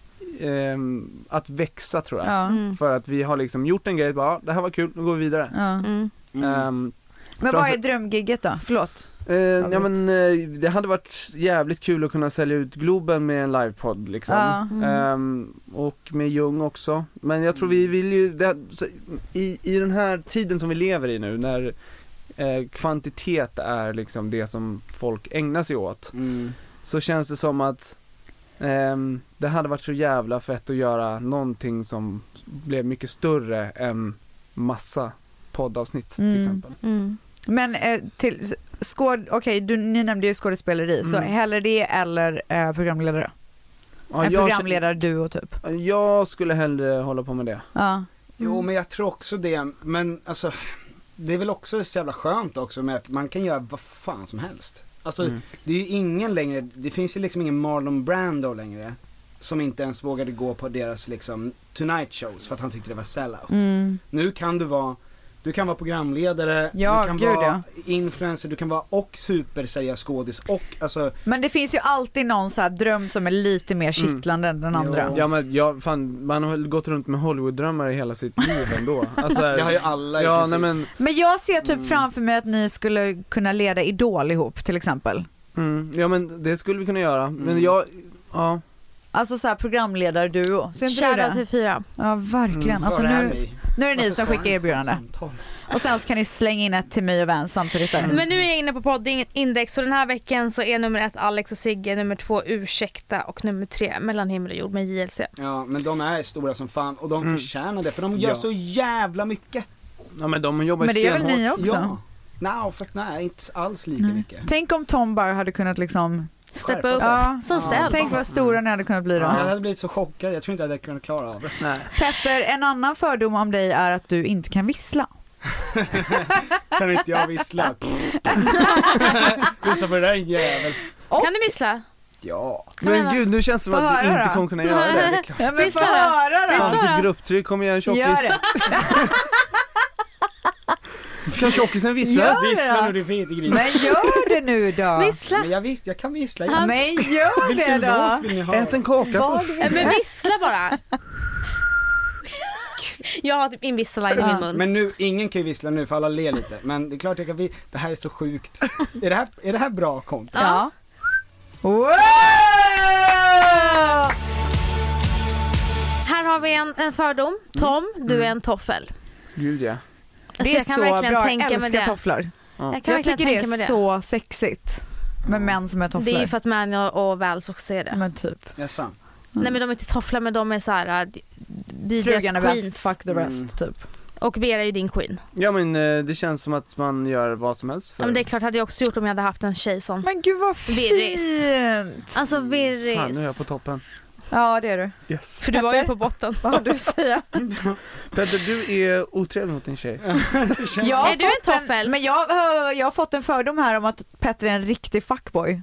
C: ehm, att växa tror jag.
D: Ja.
E: Mm.
C: För att vi har liksom gjort en grej, bara, ah, det här var kul, nu går vi vidare.
D: Ja.
E: Mm.
I: Mm.
C: Ehm,
D: Men vad
C: framför-
D: är drömgigget då? Förlåt.
C: Eh, ja
D: Avbryt.
C: men eh, det hade varit jävligt kul att kunna sälja ut Globen med en livepodd liksom.
D: Ja.
E: Mm.
C: Ehm, och med Jung också. Men jag tror vi vill ju, det, så, i, i den här tiden som vi lever i nu när eh, kvantitet är liksom det som folk ägnar sig åt.
I: Mm.
C: Så känns det som att ehm, det hade varit så jävla fett att göra någonting som blev mycket större än massa poddavsnitt
D: Mm.
C: till exempel.
E: Mm.
D: Men eh, till skåd, okej du, ni nämnde ju skådespeleri så
C: Mm.
D: hellre det eller eh, programledare?
C: Ja,
D: en
C: jag,
D: programledarduo typ.
C: jag skulle hellre hålla på med det.
D: Ja.
I: Jo, men jag tror också det, men alltså det är väl också så jävla skönt också med att man kan göra vad fan som helst. Alltså
C: Mm.
I: det är ju ingen längre, det finns ju liksom ingen Marlon Brando längre som inte ens vågade gå på deras liksom Tonight Shows för att han tyckte det var sellout.
D: Mm.
I: Nu kan du vara, du kan vara programledare,
D: Ja,
I: du kan
D: gud,
I: vara
D: ja.
I: influencer, du kan vara och superseriös skådis och alltså
D: Men det finns ju alltid någon så här dröm som är lite mer kittlande än den andra.
I: Jo.
C: Ja men jag, fan, man har väl gått runt med Hollywood-drömmar i hela sitt liv ändå. Alltså,
I: det har ju alla i
C: ja,
I: princip.
C: nej men,
D: Men jag ser typ
I: Mm.
D: framför mig att ni skulle kunna leda Idol ihop till exempel.
C: mm, ja men det skulle vi kunna göra. Men
I: Mm.
C: jag, ja.
D: Alltså så här programledarduo. Ser inte du
E: Shoutout
D: det?
E: till fyra.
D: Ja, verkligen.
C: Mm.
D: Alltså
I: Var är
D: nu,
I: ni?
D: nu är det ni
I: Varför
D: som
I: får
D: skickar
I: jag inte
D: erbjudande.
I: samtal?
D: Och sen så kan ni slänga in ett till mig och Vans samtidigt där.
E: Men nu är jag inne på poddindex och den här veckan så är nummer ett Alex och Sigge, nummer två Ursäkta och nummer tre Mellan himmel och jord med J L C.
I: Ja, men de är stora som fan och de
C: Mm.
I: förtjänar det för de gör
C: Ja.
I: så jävla mycket.
C: Ja men de jobbar
D: Men det gör väl
C: stenhårt.
D: ni också?
I: Ja. Nej, fast nej, inte alls lika
D: Nej.
I: mycket.
D: Tänk om Tom bara hade kunnat liksom
E: Step
I: skärpa
E: up.
I: sig.
D: Ja.
E: Som ställs.
D: Tänk vad stora ni hade kunnat bli då.
I: Ja, jag hade blivit så chockad, jag tror inte att jag hade kunnat klara av det.
C: Nej.
D: Petter, en annan fördom om dig är att du inte kan vissla.
I: Kan inte jag vissla? Lyssna på det där jävel.
E: Kan du vissla?
I: Ja.
C: Men gud, nu känns det som
D: Få
C: att du
D: höra
C: inte
D: då.
C: kommer kunna göra det. Det är klart.
D: Ja, men få
E: Vissla.
D: höra då.
C: Fan,
E: Vissla.
C: vilket grupptryck, kom igen tjockis.
D: Gör det.
C: Kan tjockisen vissla?
D: Gör det
I: Vissla
D: då.
I: nu, det finns gris.
D: Men gör det nu då.
E: Vissla?
I: Men jag visst, jag kan vissla.
E: Ja.
D: Men gör det
I: Vilken
D: då.
I: låt vill ni ha?
C: Ät en kaka
D: Vad
C: först.
E: Ja, men vissla bara. Jag har typ Invisalign i
D: Ja.
E: min mun.
I: Men nu, ingen kan ju vissla nu för alla ler lite. Men det är klart jag kan vi. Det här är så sjukt. Är det här, är det här bra content?
D: Ja. Wow!
E: Här har vi en, en fördom. Tom, du är en toffel.
C: Gud ja.
E: Alltså,
D: Det är
E: jag kan
D: så
E: verkligen
D: bra,
E: tänka
D: jag
E: mig
D: älskar
E: det.
D: tofflor.
C: Ja.
E: Jag, kan
D: Jag
E: verkligen
D: tycker det
E: tänka mig
D: är så sexigt med män som är tofflor.
E: Det är ju för att Manny och, och Vals också är det.
D: Men typ.
I: Jaså?
E: Nej men de är inte tofflar, men de är så här. Vi är deras
D: Frugan är
E: queens.
D: bäst, fuck the rest
I: Mm.
D: typ.
E: Och Vera är ju din queen.
C: Ja men eh, det känns som att man gör vad som helst för.
E: Ja, men det är klart hade jag också gjort om jag hade haft en tjej som.
D: Men gud vad
E: Virris.
D: fint.
E: Alltså Virris.
C: Fan, nu är jag på toppen.
D: Ja det är du.
C: Yes.
E: För du var ju
D: Petter?
E: på botten.
D: Vad har du att säga?
C: Petter, du är otrevlig mot din tjej.
I: Det känns
D: Jag har
E: Är du en
D: fått
E: toffel?
D: Men jag, äh, jag har fått en fördom här om att Petter är en riktig fuckboy.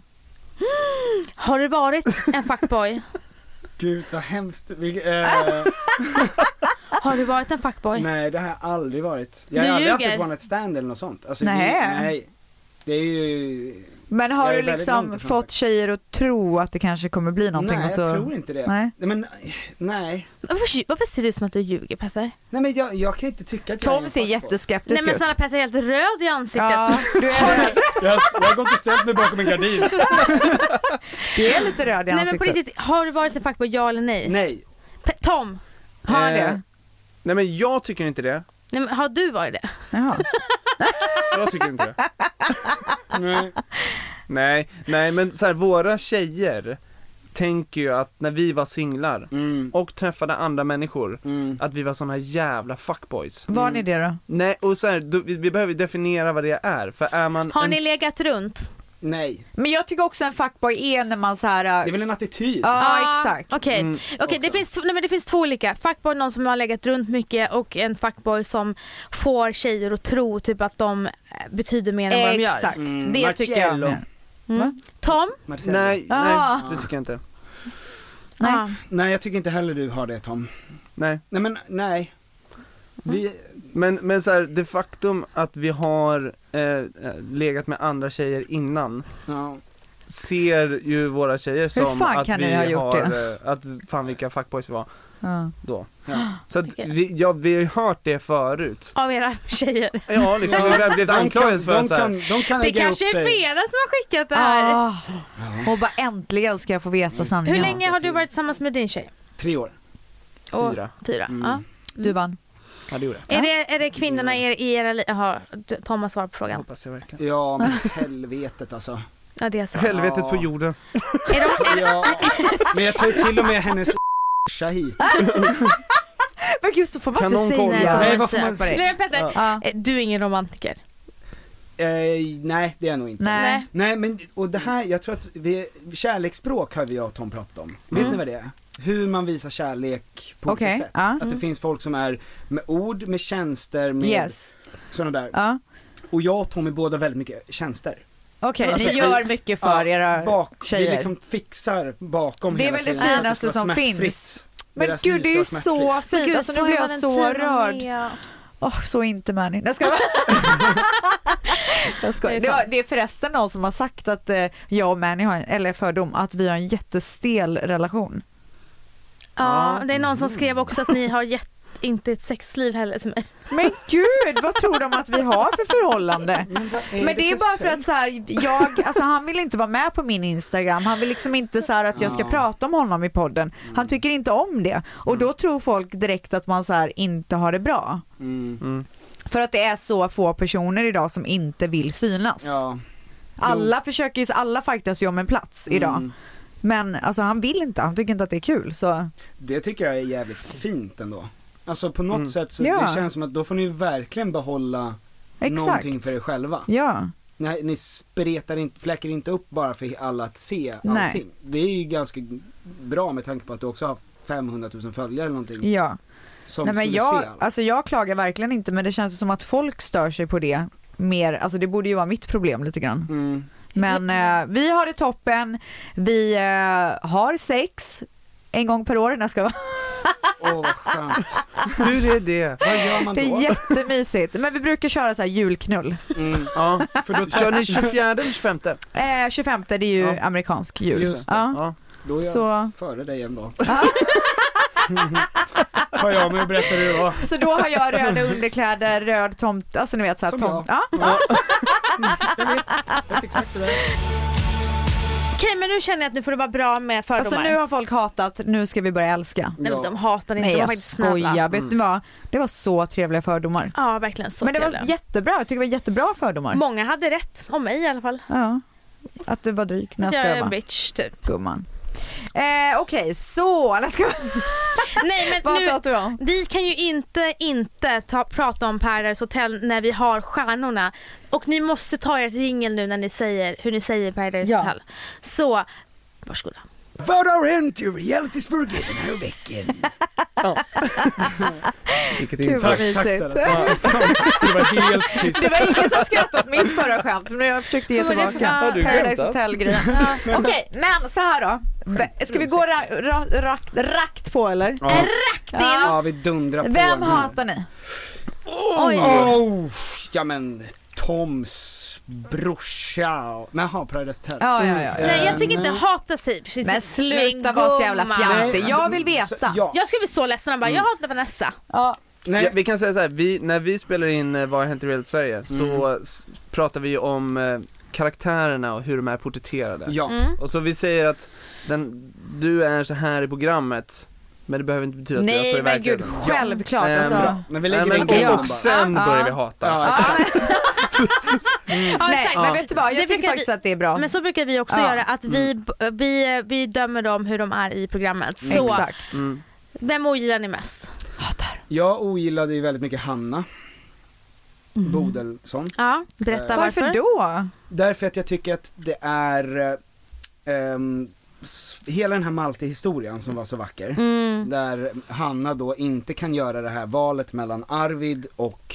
E: Har du varit en fuckboy?
I: Gud vad hemskt. Vi, eh,
E: Har du varit en fuckboy?
I: nej det har jag aldrig varit. Jag
E: Du
I: har aldrig haft
E: ljuger.
I: ett one night stand eller något sånt. Alltså,
D: Nej.
I: Det, nej. Det är ju...
D: Men har
I: Jag är
D: du
I: väldigt
D: liksom
I: långt ifrån
D: fått
I: faktiskt.
D: tjejer att tro att det kanske kommer bli någonting?
I: Nej
D: och så...
I: jag tror inte det.
D: Nej.
I: Nej men, nej.
E: Varför, varför ser det ut som att du ljuger, Petter?
I: Nej men jag, jag kan inte tycka att jag är
D: Tom
I: en
D: ser
I: fuckboy.
D: jätteskeptisk
E: Nej men
D: ut.
E: snälla, Petter är helt röd i ansiktet.
D: Ja, du är,
I: jag, jag har gått och ställt mig bakom en gardin.
D: du är lite röd i
E: Nej men på
D: ansiktet.
E: riktigt, har du varit en fuckboy, ja eller nej?
I: Nej.
E: Pe- Tom,
D: Har han
C: Eh,
D: det?
C: Nej men jag tycker inte det.
E: nej, men har du varit det?
D: Jaha.
C: Jag tycker inte det.
I: Nej.
C: Nej, nej men så här, våra tjejer tänker ju att när vi var singlar
I: Mm.
C: och träffade andra människor
I: Mm.
C: att vi var såna jävla fuckboys.
D: Var ni det då?
C: Nej, och så här, då, vi, vi behöver definiera vad det är. För är man
E: Har
C: en...
E: ni legat runt?
I: Nej.
D: Men jag tycker också en fuckboy är när man så här.
I: Det är väl en attityd?
D: Ja exakt.
E: Okej,
C: Mm,
E: okej, det
I: också.
E: finns, nej, men det finns två olika. Fuckboy, någon som har legat runt mycket, och en fuckboy som får tjejer att tro typ att de eh, betyder mer än vad de gör.
D: Exakt,
I: Mm,
D: det tycker jag
I: Marcello.
D: med.
E: Mm. Tom?
I: Marcello.
C: Nej,
D: Ah.
C: nej, det tycker jag inte.
D: Nej.
E: Ja.
I: Nej jag tycker inte heller du har det Tom.
C: Nej.
I: Nej men nej. Vi,
C: Men, men så här, det faktum att vi har eh, legat med andra tjejer innan
I: ja.
C: ser ju våra tjejer som
D: fan
C: att
D: kan
C: vi
D: ni ha gjort
C: har,
D: det?
C: eh, att fan vilka fuckboys vi var
D: Ja.
C: då.
I: Ja.
C: Så att vi, ja, vi har ju hört det förut.
E: Av era tjejer.
C: Ja, liksom, vi har blivit
I: De
C: anklagade
I: kan,
C: för
I: de
C: att så här,
I: kan, de kan
E: Det
I: lägga upp
E: kanske är
I: sig.
E: Vera som har skickat det här.
D: Ah. Och bara äntligen ska jag få veta sanningen.
E: Hur länge har du varit tillsammans med din tjej?
I: Tre år.
E: Och-
C: fyra.
E: Fyra.
I: Mm.
E: Ja.
D: Du vann.
C: Ja, det gjorde jag.
E: Är, det, är det kvinnorna i, i era liv? Jaha, Thomas svarar på frågan.
C: Hoppas jag verkligen.
I: Ja men helvetet alltså.
E: Ja, det är så.
C: Helvetet
I: Ja.
C: på jorden.
E: Är de, är det,
I: Ja, men jag tar ju till och med hennes hit.
D: Men gud så får man
C: Kan
D: inte
C: någon
D: säga.
C: kolla?
E: så
I: Nej,
E: får man
I: vad
E: inte
I: får
E: säga.
I: man-
D: på det?
E: Nej, men Petter,
D: Ja.
E: eh, du är ingen romantiker.
I: Eh, nej det är jag nog inte.
D: Nej.
E: Nej.
I: Nej men, och det här, jag tror att vi, kärleksspråk har vi och Tom pratat om. Vet
E: Mm.
I: ni vad det är? Hur man visar kärlek på
D: Okej,
I: olika sätt.
D: ja.
I: Att det finns folk som är med ord, med tjänster, med
D: Yes.
I: sådana där.
D: Ja.
I: Och jag och Tom är båda väldigt mycket tjänster.
D: Okej,
I: Alltså,
D: ni gör
I: vi-
D: mycket för era
I: bak, vi
D: tjejer.
I: liksom fixar bakom
D: Det är
I: hela
D: väl det
I: tiden så att
D: finaste
I: ska vara
D: som finns.
I: smärtfritt.
D: Men
I: Deras
D: gud
I: liv
D: det är
I: ska
D: ju
I: vara
D: så
I: smärtfritt.
D: fint,
E: Gud,
D: alltså
E: så
D: nu blir
E: är
D: jag så
E: Valentina
D: rörd.
E: med.
D: Åh, så inte Manny. Jag skojar. Jag skojar.
E: Det är
D: Det, var,
E: sant.
D: det är förresten någon som har sagt att eh, jag och Manny har en, eller fördom, att vi har en jättestel relation.
E: Ja, det är någon som skrev också att ni har gett, inte ett sexliv heller till mig.
D: Men gud, vad tror de att vi har för förhållande?
I: Men, vad
D: Men det är bara för att så här, jag, alltså han vill inte vara med på min Instagram. Han vill liksom inte så här att jag ska
I: Ja.
D: prata om honom i podden. Han tycker inte om det. Och då tror folk direkt att man så här inte har det bra.
I: Mm.
C: Mm.
D: För att det är så få personer idag som inte vill synas.
I: Ja.
D: Alla försöker ju, alla fightas ju om en plats idag.
I: Mm.
D: Men alltså han vill inte, han tycker inte att det är kul. Så
I: Det tycker jag är jävligt fint ändå. Alltså på något
C: Mm.
I: sätt så
D: Ja.
I: det känns som att då får ni ju verkligen behålla
D: exakt.
I: någonting för er själva.
D: Ja.
I: ni, ni spretar inte, fläcker inte upp bara för alla att se allting.
D: Nej.
I: Det är ju ganska bra med tanke på att du också har femhundratusen följare eller någonting.
D: Ja.
I: Som
D: Nej, men
I: skulle
D: jag,
I: se alla.
D: alltså jag klagar verkligen inte, men det känns som att folk stör sig på det mer. Alltså det borde ju vara mitt problem lite grann.
I: Mm.
D: Men eh, vi har det toppen. Vi eh, har sex en gång per år. Jag ska vara.
I: Åh, vad skönt.
C: Hur är det?
I: Vad gör man då?
D: Det är jättemysigt. Men vi brukar köra så här julknull.
I: Mm.
C: Ja, för då kör ni tjugofjärde eller tjugofemte?
D: Eh, tjugofemte, det är ju
C: Ja.
D: amerikansk jul.
I: Just det.
D: Ja.
C: Ja.
I: Då är jag
D: Så,
I: före dig en dag. Har jag med och berättar hur det var.
D: så då har jag röda underkläder, röd tomt, alltså ni vet så här
I: Som
D: tomt.
I: jag.
D: Ja.
I: Jag vet, jag vet exakt det där.
E: Okej, men nu känner jag att nu får det vara bra med fördomar.
D: Alltså nu har folk hatat, nu ska vi börja älska.
E: Nej, men de hatar inte,
D: Nej,
E: de var
D: jag
E: faktiskt snälla.
D: skojar. Vet ni vad? Det var så trevliga fördomar.
E: Ja, verkligen så
D: Men det var
E: trevliga.
D: jättebra. Jag tycker det var jättebra fördomar.
E: Många hade rätt, om mig i alla fall.
D: Ja. Att du var dryg. Nej,
E: Att
D: jag
E: jag
D: ska
E: är en
D: bara.
E: bitch, typ.
D: Gumman. Eh, Okej, okay, så. Eller ska...
E: Nej, men
D: Vad
E: nu,
D: pratar vi om?
E: vi kan ju inte inte ta, prata om Paradise Hotel när vi har stjärnorna. Och ni måste ta ert ringel nu när ni säger hur ni säger Paradise
D: Ja.
E: Hotel. Så, varsågoda.
I: Vad har hänt i Reality's Forgiven den här veckan?
C: Vilket
D: Gud
C: intryck.
D: vad
I: Tack,
D: mysigt.
I: Stella. Det var helt tyst.
D: Det var ingen som skrattade åt mitt förra skämt, men jag försökte ge
E: Men det-
D: tillbaka.
E: ja,
C: du
D: Paradise
C: skämtar.
D: Hotel-grejen. Okej, men så här då. Ska vi gå ra- ra- rakt, rakt på eller?
I: Ja.
E: Rakt in!
D: Ja.
I: Ja, vi dundrar på
D: Vem
I: den här.
D: hatar ni?
E: Oj.
I: Oh, ja men Toms brorsa. Nej, ha Paradise Hotel.
D: Ja, ja, ja.
E: Nej, jag tycker inte
I: Nej.
E: hata sig. Precis.
D: Men sluta vara så jävla
E: gumman.
D: fjantig.
I: Nej,
D: Jag vill
I: så-
D: veta.
I: Ja.
E: Jag skulle bli så ledsen och bara, jag hatar Vanessa.
D: Ja.
I: Nej.
C: Ja, vi kan säga så här, vi, när vi spelar in eh, Vad har hänt i Real Sverige så s- pratar vi om eh, karaktärerna och hur de är porträtterade.
I: Ja.
E: Mm.
C: Och så vi säger att den, du är så här i programmet, men det behöver inte betyda att du är så
D: Nej
C: i
D: men gud,
C: verkligheten.
D: självklart.
C: Ja.
D: Alltså.
C: Ehm,
I: Men vi
C: Nej,
I: lägger
C: men,
I: den
C: och,
I: bara.
C: och sen
D: Ja.
C: börjar vi hata.
I: Ja, exakt.
E: Ja,
D: Nej,
E: exakt.
D: men vet du vad? Jag
E: Det
D: tycker
E: brukar
D: faktiskt
E: vi-
D: att det är bra.
E: Men så brukar vi också
D: Ja.
E: göra, att vi, vi, vi dömer dem hur de är i programmet. Så,
D: Exakt.
C: Mm.
E: vem ogillar ni mest?
D: Hatar.
I: Jag ogillade ju väldigt mycket Hanna
D: Mm.
I: Bodelsson.
E: Ja, berätta
I: Eh,
E: varför.
D: Varför då?
I: Därför att jag tycker att det är eh, ehm, s- hela den här Malte-historien som var så vacker.
E: Mm.
I: Där Hanna då inte kan göra det här valet mellan Arvid och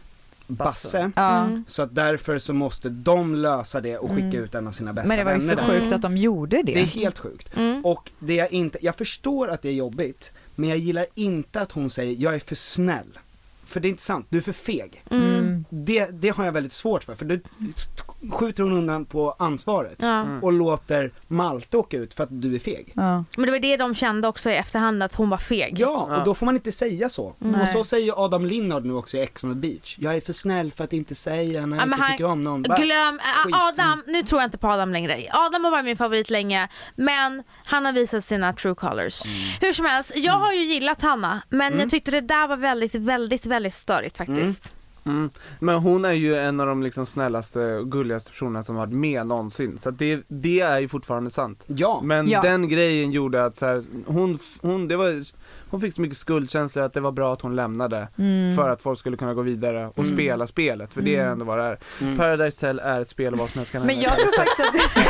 I: Basse.
D: Ja.
E: Mm.
I: Så att därför så måste de lösa det och skicka
D: Mm.
I: ut en av sina bästa
D: Men det var ju
I: vänner
D: så
I: där.
D: sjukt att de gjorde det.
I: Det är helt sjukt.
E: Mm.
I: Och det jag inte, jag förstår att det är jobbigt, men jag gillar inte att hon säger jag är för snäll. För det är inte sant, du är för feg.
E: Mm.
I: Det, det har jag väldigt svårt för, för då skjuter hon undan på ansvaret
E: Ja.
C: Mm.
I: och låter Malte åka ut för att du är feg.
D: Ja.
E: Men det var det de kände också i efterhand, att hon var feg.
I: Ja,
C: Ja.
I: och då får man inte säga så.
D: Nej.
I: Och så säger Adam Linnard nu också i Ex on the Beach. Jag är för snäll för att inte säga när jag
E: Ja, men
I: inte
E: han-
I: tycker om någon. Bara,
E: Glöm, Ä-
I: skit.
E: Adam, nu tror jag inte på Adam längre. Adam har varit min favorit länge, men han har visat sina true colors.
I: Mm.
E: Hur som helst, jag har ju gillat Hanna, men jag tyckte det där var väldigt, väldigt, väldigt störigt faktiskt.
C: Mm. Men hon är ju en av de liksom snällaste och gulligaste personerna som varit med någonsin. Så att det, det är ju fortfarande sant.
I: Ja,
C: Men
D: Ja.
C: den grejen gjorde att så här, hon, hon, det var, hon fick så mycket skuldkänslor att det var bra att hon lämnade.
D: Mm.
C: För att folk skulle kunna gå vidare och
I: Mm.
C: spela spelet. För det är ändå vad det är.
I: Mm.
C: Paradise Hotel är ett spel och vad som helst kan
D: Men
C: hända.
D: jag tror faktiskt att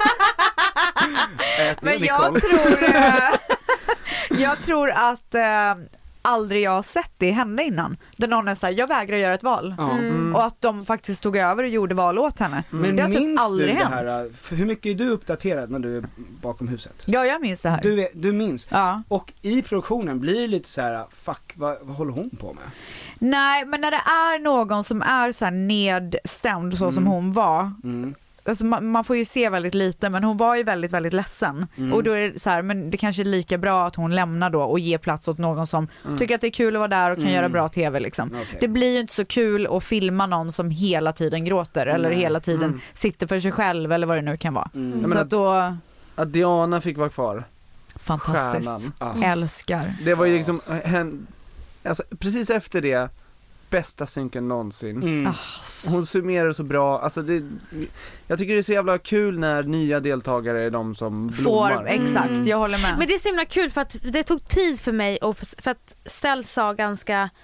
I: ät
D: Men
I: Nicole.
D: jag tror eh, Jag tror att eh, aldrig jag har sett det hända innan. Där någon är såhär, jag vägrar göra ett val.
I: Ja.
C: Mm.
D: Och att de faktiskt tog över och gjorde val åt henne.
I: Men
D: Det har typ
I: minns du
D: aldrig
I: det
D: hänt.
I: här, för hur mycket är du uppdaterad när du är bakom huset?
D: Ja, jag minns det här.
I: Du, är, du minns?
D: Ja.
I: Och i produktionen blir det lite så här: fuck, vad, vad håller hon på med?
D: Nej, men när det är någon som är så här nedstämd så som
I: Mm.
D: hon var.
I: Mm.
D: Alltså man, man får ju se väldigt lite, men hon var ju väldigt, väldigt ledsen.
I: Mm.
D: Och då är det så här, men det kanske är lika bra att hon lämnar då och ger plats åt någon som
C: Mm.
D: tycker att det är kul att vara där och kan
I: Mm.
D: göra bra tv liksom.
I: Okej.
D: Det blir ju inte så kul att filma någon som hela tiden gråter eller
I: Nej.
D: hela tiden
C: Mm.
D: sitter för sig själv eller vad det nu kan vara.
I: Mm.
C: Jag
D: Så
C: menar-
D: att då,
C: Att Diana fick vara kvar.
D: fantastiskt.
C: Stjärnan.
I: Ja.
D: Älskar.
C: Det var ju liksom, hen, alltså, precis efter det, bästa synken någonsin.
I: Mm.
D: Alltså.
C: Hon summerar så bra, alltså det, jag tycker det är så jävla kul när nya deltagare är de som blommar.
D: Får, exakt,
E: Mm.
D: jag håller med.
E: Men det är så himla kul för att det tog tid för mig, och för att Stell sa ganska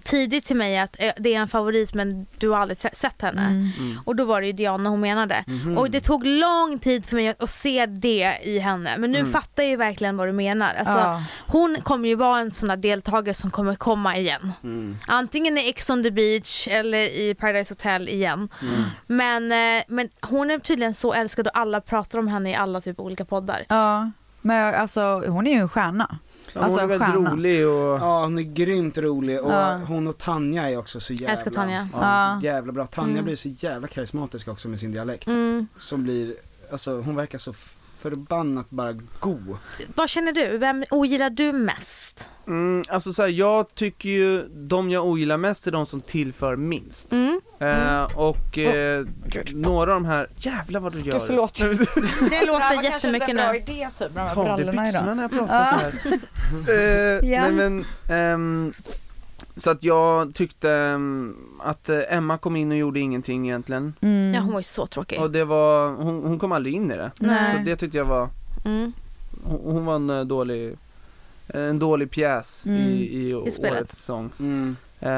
E: tidigt till mig att eh, det är en favorit men du har aldrig trä- sett henne.
D: Mm.
C: Mm.
E: Och då var det ju Diana hon menade.
I: Mhm.
E: Och det tog lång tid för mig att, att se det i henne. Men nu
C: Mm.
E: fattar jag ju verkligen vad du menar. Alltså,
D: Ja.
E: hon kommer ju vara en sån där deltagare som kommer komma igen.
I: Mm.
E: Antingen i Ex on the Beach eller i Paradise Hotel igen.
I: Mm.
E: Men, eh, men hon är tydligen så älskad och alla pratar om henne i alla typ olika poddar.
D: Ja, men alltså hon är ju en stjärna.
C: Ja,
D: Alltså,
C: hon är väldigt
D: stjärna.
C: rolig och...
I: Ja, hon är grymt rolig och
D: Ja.
I: hon och Tanja är också så jävla,
E: Älskar Tanja.
I: Ja,
D: Ja.
I: jävla bra. Tanja
E: Mm.
I: blir så jävla karismatisk också med sin dialekt.
E: Mm.
I: Som blir, alltså hon verkar så f- förbannat bara god.
E: Vad känner du? Vem ogillar du mest?
C: Mm, alltså så här, jag tycker ju de jag ogillar mest är de som tillför minst.
E: Mm.
C: Eh, och eh, några av de här, jävlar vad du gör.
D: förlåt.
E: Det låter jättemycket nu.
D: idé typ, de
C: Ta av dig byxorna när jag pratar så här. Eh,
D: Ja.
C: Nej men, ehm, så att jag tyckte ehm, att eh, Emma kom in och gjorde ingenting egentligen.
D: Mm.
E: Ja, hon var ju så tråkig.
C: Och det var, hon, hon kom aldrig in i det.
D: Nej.
C: Så det tyckte jag var,
E: Mm.
C: hon, hon var en eh, dålig, en dålig pjäs
D: Mm.
C: i, i,
E: I spelet.
C: årets säsong.
I: Mm.
C: Eh,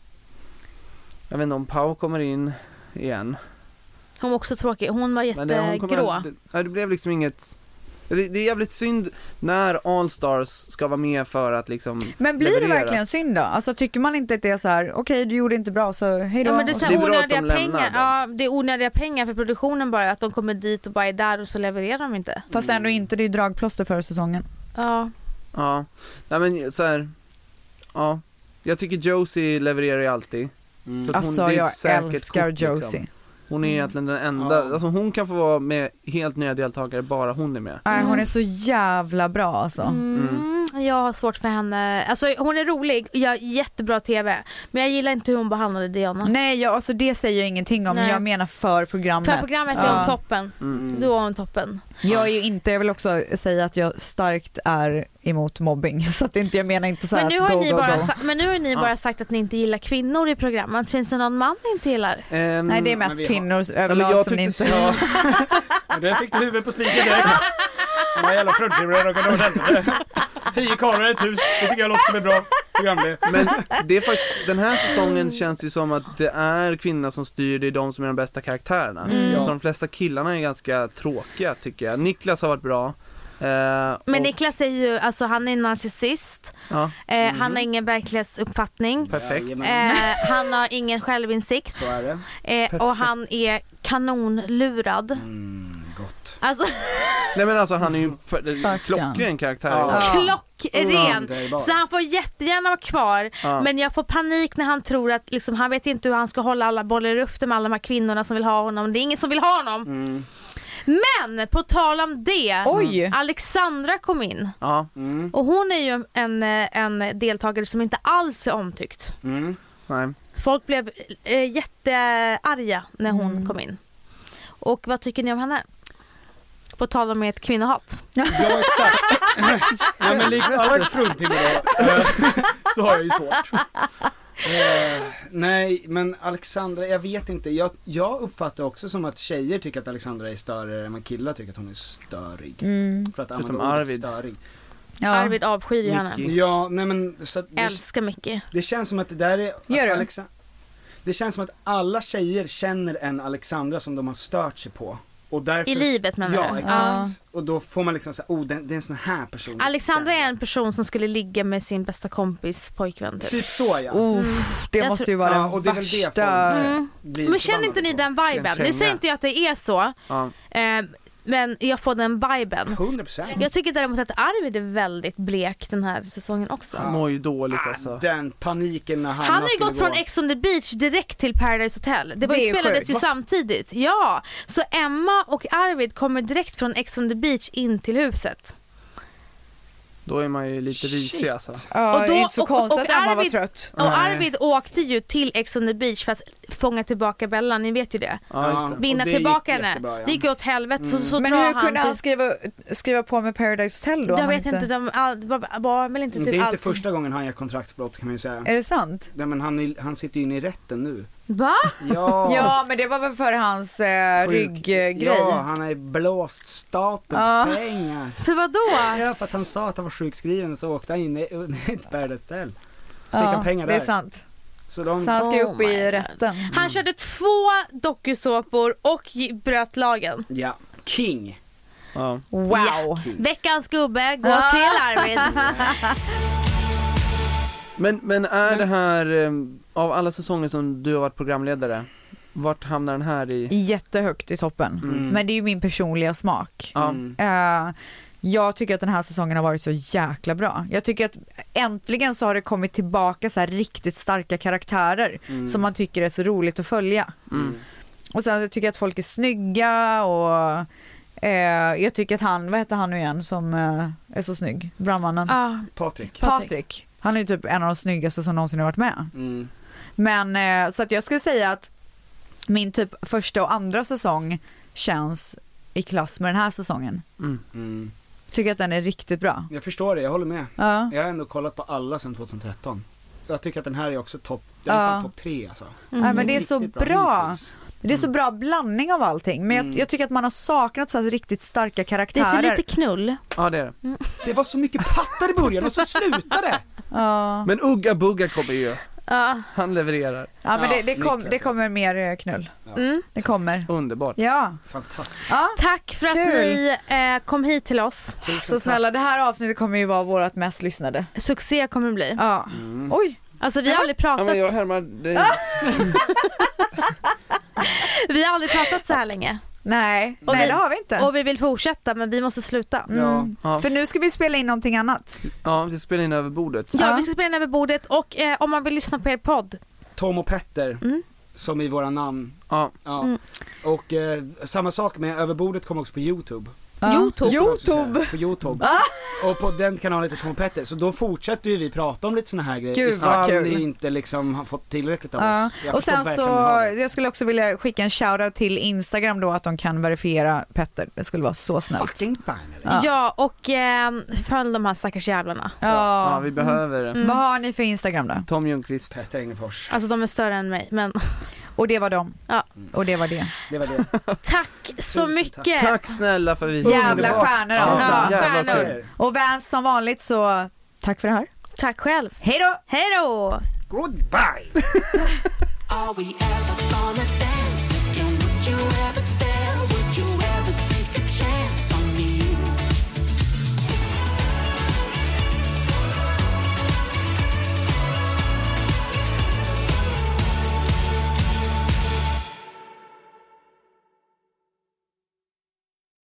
C: jag vet inte om Pau kommer in igen.
E: Hon var också tråkig. Hon var
C: Men det, hon kommer,
E: jättegrå.
C: det, nej, det blev liksom inget. Det, det är jävligt synd när All Stars ska vara med för att liksom
D: Men blir
C: leverera.
D: det verkligen synd då? Alltså tycker man inte att det är så här, okej du gjorde inte bra så hej då.
E: Ja, men det är,
C: Och
E: så
C: det
E: här
C: är bra att
E: onödiga
C: de lämnar
E: pengar.
C: dem.
E: Ja, det är onödiga pengar för produktionen bara. Att de kommer dit och bara är där och så levererar de inte.
D: Fast ändå inte, det är ju dragplåster för säsongen.
E: Ja.
C: Ja, nej men så här. Ja, jag tycker Josie levererar ju alltid.
I: Mm.
C: Så att hon,
D: Alltså
C: det är ett
D: jag
C: säkert
D: älskar
C: kort, liksom.
D: Josie.
C: Hon är egentligen den enda,
I: Ja.
C: alltså hon kan få vara med helt nya deltagare, bara hon är med.
D: Nej, hon är så jävla bra alltså.
E: Mm. Jag har svårt för henne. Alltså hon är rolig och gör jättebra tv. Men jag gillar inte hur hon behandlade Diana.
D: Nej, jag, alltså det säger jag ingenting om.
E: Nej.
D: Jag menar för programmet.
E: För programmet var
D: Ja.
E: hon toppen.
C: Mm.
E: Då var hon toppen.
D: Jag är ju inte, jag vill också säga att jag starkt är emot mobbing. Så att inte, jag menar inte så här
E: Men nu
D: att
E: har
D: go,
E: ni
D: go,
E: bara,
D: go.
E: sa- men nu har ni
C: Ja.
E: bara sagt att ni inte gillar kvinnor i programmet. Finns det någon man ni inte gillar?
C: Ehm,
D: Nej, det är
I: men
D: mest
I: vi har-
D: kvinnor
C: ja, men
D: överlag
C: jag
D: som ni
C: tyckte
D: inte...
C: så-
B: Ja, där fick du huvudet på spiken direkt. De här jävla fruntimmer och kan Tio karlar i ett hus, det tycker jag låter som är bra programledare.
C: Men det är faktiskt, den här säsongen känns ju som att det är kvinnorna som styr, det är de som är de bästa karaktärerna.
E: Mm.
C: Så de flesta killarna är ganska tråkiga tycker jag. Niklas har varit bra. Eh,
E: Men
C: och,
E: Niklas är ju, alltså han är en narcissist.
C: ja,
E: Eh, Han har ingen verklighetsuppfattning.
C: perfekt.
I: Jajamän.
E: Eh, han har ingen självinsikt.
I: Så är det.
E: Eh,
C: Perfekt.
E: och han är kanonlurad.
I: Mm, gott.
E: Alltså
C: Nej men alltså han är ju en
D: Stackarn.
C: klockren karaktär.
I: Ja.
D: Ja.
E: klockren.
I: Underbar.
E: Så han får jättegärna vara kvar.
C: Ja.
E: Men jag får panik när han tror att liksom, han vet inte hur han ska hålla alla bollar i luften med alla de här kvinnorna som vill ha honom. Det är ingen som vill ha honom.
I: Mm.
E: Men på tal om det.
D: Oj!
E: Alexandra kom in.
C: Ja.
I: Mm.
E: Och hon är ju en, eh, en deltagare som inte alls är omtyckt.
I: Mm.
C: Nej.
E: Folk blev eh, jättearga när hon
D: Mm.
E: kom in. Och vad tycker ni om henne? På tal om ett kvinnohat.
B: Ja, exakt. Ja, men likt alla fruntimmer då, eh, så har jag ju svårt.
I: Eh, nej, men Alexandra, jag vet inte. Jag, jag uppfattar också som att tjejer tycker att Alexandra är större än vad killar tycker att hon är störig.
D: Mm.
I: För att
C: Förutom
I: använda ordet
C: Arvid.
I: störig.
D: Ja.
E: Arvid avskyr ju henne.
C: Nicky.
I: Ja, nej men så att det,
E: Älskar mycket.
I: det känns som att det där är...
D: Gör du?
I: att Alexa, det känns som att alla tjejer känner en Alexandra som de har stört sig på. Och därför,
E: I livet menar
I: Ja,
E: du?
I: exakt. Och då får man liksom säga, oh det, det är en sån här person.
E: Alexandra är en person som skulle ligga med sin bästa kompis pojkvän typ.
I: Typ så ja.
D: Uff, det
E: Jag
D: måste
E: tror-
D: ju vara
I: Ja,
D: den
I: och det är väl det
D: värsta...
I: folk-
E: Mm.
I: Blir
E: Men känner inte
I: förbannade
E: ni
I: på.
E: den viben?
C: Kan
E: Nu
C: känna.
E: säger inte jag att det är så.
C: Ja.
E: Eh, men jag får den viben.
I: hundra procent.
E: Jag tycker däremot att Arvid är väldigt blek den här säsongen också.
C: Han mår ju dåligt alltså.
I: Den paniken när han
E: Han har ju
I: skulle
E: gått från
I: gå.
E: Ex on the Beach direkt till Paradise Hotel. Det, var
D: Det
E: ju
D: är
E: spelades
D: sjukt.
E: ju
D: Va?
E: samtidigt. Ja, så Emma och Arvid kommer direkt från Ex on the Beach in till huset.
C: Då är man ju lite risig alltså.
D: Ja,
E: Och
D: det
E: då-
D: är inte så
E: och-
D: konstigt
E: och
D: att Emma var
E: Arvid-
D: trött.
E: Och
I: Nej.
E: Arvid åkte ju till Ex on the Beach för att fånga tillbaka Bella, ni vet ju det.
C: Ja, just det.
I: Och
E: Vinna
I: det gick
E: tillbaka henne.
I: jättebra, ja.
E: Det gick åt helvete så,
I: Mm.
E: så
D: Men
E: drar
D: hur
E: han
D: kunde han
E: till...
D: skriva, skriva på med Paradise Hotel då? om
E: Jag
D: han
E: vet inte, de, all, det var, var väl inte typ
I: Det är inte
E: allt.
I: första gången han gör kontraktsbrott kan man ju säga.
D: Är det sant?
I: Nej, men han, är, han sitter ju inne i rätten nu.
E: Va?
I: Ja,
D: Ja, men det var väl för hans eh,
I: Sjuk.
D: rygggrej.
I: Ja, han har ju blåst staten
D: Ja.
I: på pengar.
E: För vad då?
I: Ja, för att han sa att han var sjukskriven så åkte han in i i ett Paradise Hotel. Så fick
D: Ja,
I: han pengar
D: det är
I: där.
D: sant.
I: Så, de,
D: Så han ska ju
E: Oh
D: upp
E: my
D: i
E: God.
D: rätten.
E: Han körde två dokusåpor och gi- bröt lagen.
I: ja, King.
G: Ja.
D: Wow.
E: Veckans gubbe, gå
D: Ah.
E: till Arvid.
C: Men, men är det här, eh, av alla säsonger som du har varit programledare, vart hamnar den här i?
D: Jättehögt i toppen.
C: Mm.
D: Men det är ju min personliga smak.
C: Ja.
I: Mm.
D: Eh, jag tycker att den här säsongen har varit så jäkla bra. Jag tycker att äntligen så har det kommit tillbaka så här riktigt starka karaktärer
C: Mm.
D: som man tycker är så roligt att följa.
C: Mm.
D: Och sen tycker jag att folk är snygga och eh, jag tycker att han, vad heter han nu igen som eh, är så snygg? Brandmannen?
E: Ah.
I: Patrik.
D: Patrik. Han är ju typ en av de snyggaste som någonsin har varit med.
I: Mm.
D: Men eh, så att jag skulle säga att min typ första och andra säsong känns i klass med den här säsongen.
C: Mm.
I: Mm.
D: Tycker att den är riktigt bra.
I: Jag förstår det, jag håller med.
D: Ja.
I: Jag har ändå kollat på alla sedan tjugohundratretton. Jag tycker att den här är också topp, den är
D: Ja.
I: fan topp tre alltså.
E: Mm.
D: Ja, men det är så
I: Riktigt
D: bra.
I: hittills.
D: Det är så bra blandning av allting. Men jag,
I: Mm.
D: jag tycker att man har saknat så här riktigt starka
E: Det är
D: karaktärer.
E: för lite knull.
C: Ja, det är det.
I: Det var så mycket pattar i början och så slutade det!
D: Ja,
C: Men Ugga Bugga kommer ju,
E: Ja.
C: han levererar.
D: ja men det,
I: Ja,
D: det, kom,
I: Niklas,
D: det
I: ja.
D: kommer mer eh, knull.
E: Mm.
D: Det kommer.
C: Underbart.
D: Ja.
I: Fantastiskt.
D: Ja.
E: Tack för att
D: Kul.
E: ni eh, kom hit till oss.
I: Tusen
D: Så snälla, det här avsnittet kommer ju vara vårt mest lyssnade.
E: Succé kommer det bli.
D: Ja.
I: Mm.
D: Oj.
E: Alltså vi har aldrig
C: Ja,
E: pratat,
C: men jag härmar dig.
E: vi har aldrig pratat så här länge.
D: Nej,
E: Och
D: nej
E: vi-
D: det har vi inte.
E: Och vi vill fortsätta men vi måste sluta.
D: Mm.
C: Ja.
D: För nu ska vi spela in någonting annat.
C: Ja, vi spelar in över bordet.
E: Ja,
D: Ja.
E: vi ska spela in över bordet och eh, om man vill lyssna på er podd.
I: Tom och Petter,
E: Mm.
I: som i våra namn.
C: Ja.
I: Ja.
E: Mm.
I: Och eh, samma sak med överbordet kommer också på YouTube.
D: Ja.
E: YouTube.
I: Ska jag också säga.
D: YouTube.
I: På YouTube. Och på den kanalen heter Tom och Petter. Så då fortsätter ju vi prata om lite såna här grejer.
D: Gud, vad
I: ifall
D: kul.
I: ni inte liksom har fått tillräckligt av
D: Ja.
I: oss. Jag
D: Och
I: förstår
D: sen
I: verkligen
D: så,
I: hur ni har det.
D: jag skulle också vilja skicka en shoutout till Instagram då att de kan verifiera Petter. Det skulle vara så snällt.
I: Fucking fine eller?
D: Ja.
E: Ja, och eh, följ de här stackars jävlarna.
C: Ja,
D: Ja.
C: vi behöver det.
E: Mm.
D: Vad har ni för Instagram då?
C: Tom Ljungqvist.
I: Petter Engelfors.
E: Alltså de är större än mig. Men
D: Och det var dem.
E: Ja.
D: Och det var det.
I: Det var det.
E: tack så
I: Tusen
E: mycket.
C: Tack snälla för vi
D: Jävla
I: Underbart.
D: stjärnor
I: Ja,
D: alltså.
E: Ja,
C: jävla
E: stjärnor.
C: kul.
D: Och Vans som vanligt så tack för det här.
E: Tack själv.
D: Hej då!
E: Hej då!
I: Goodbye!
H: Are we ever gonna dance again? Would you ever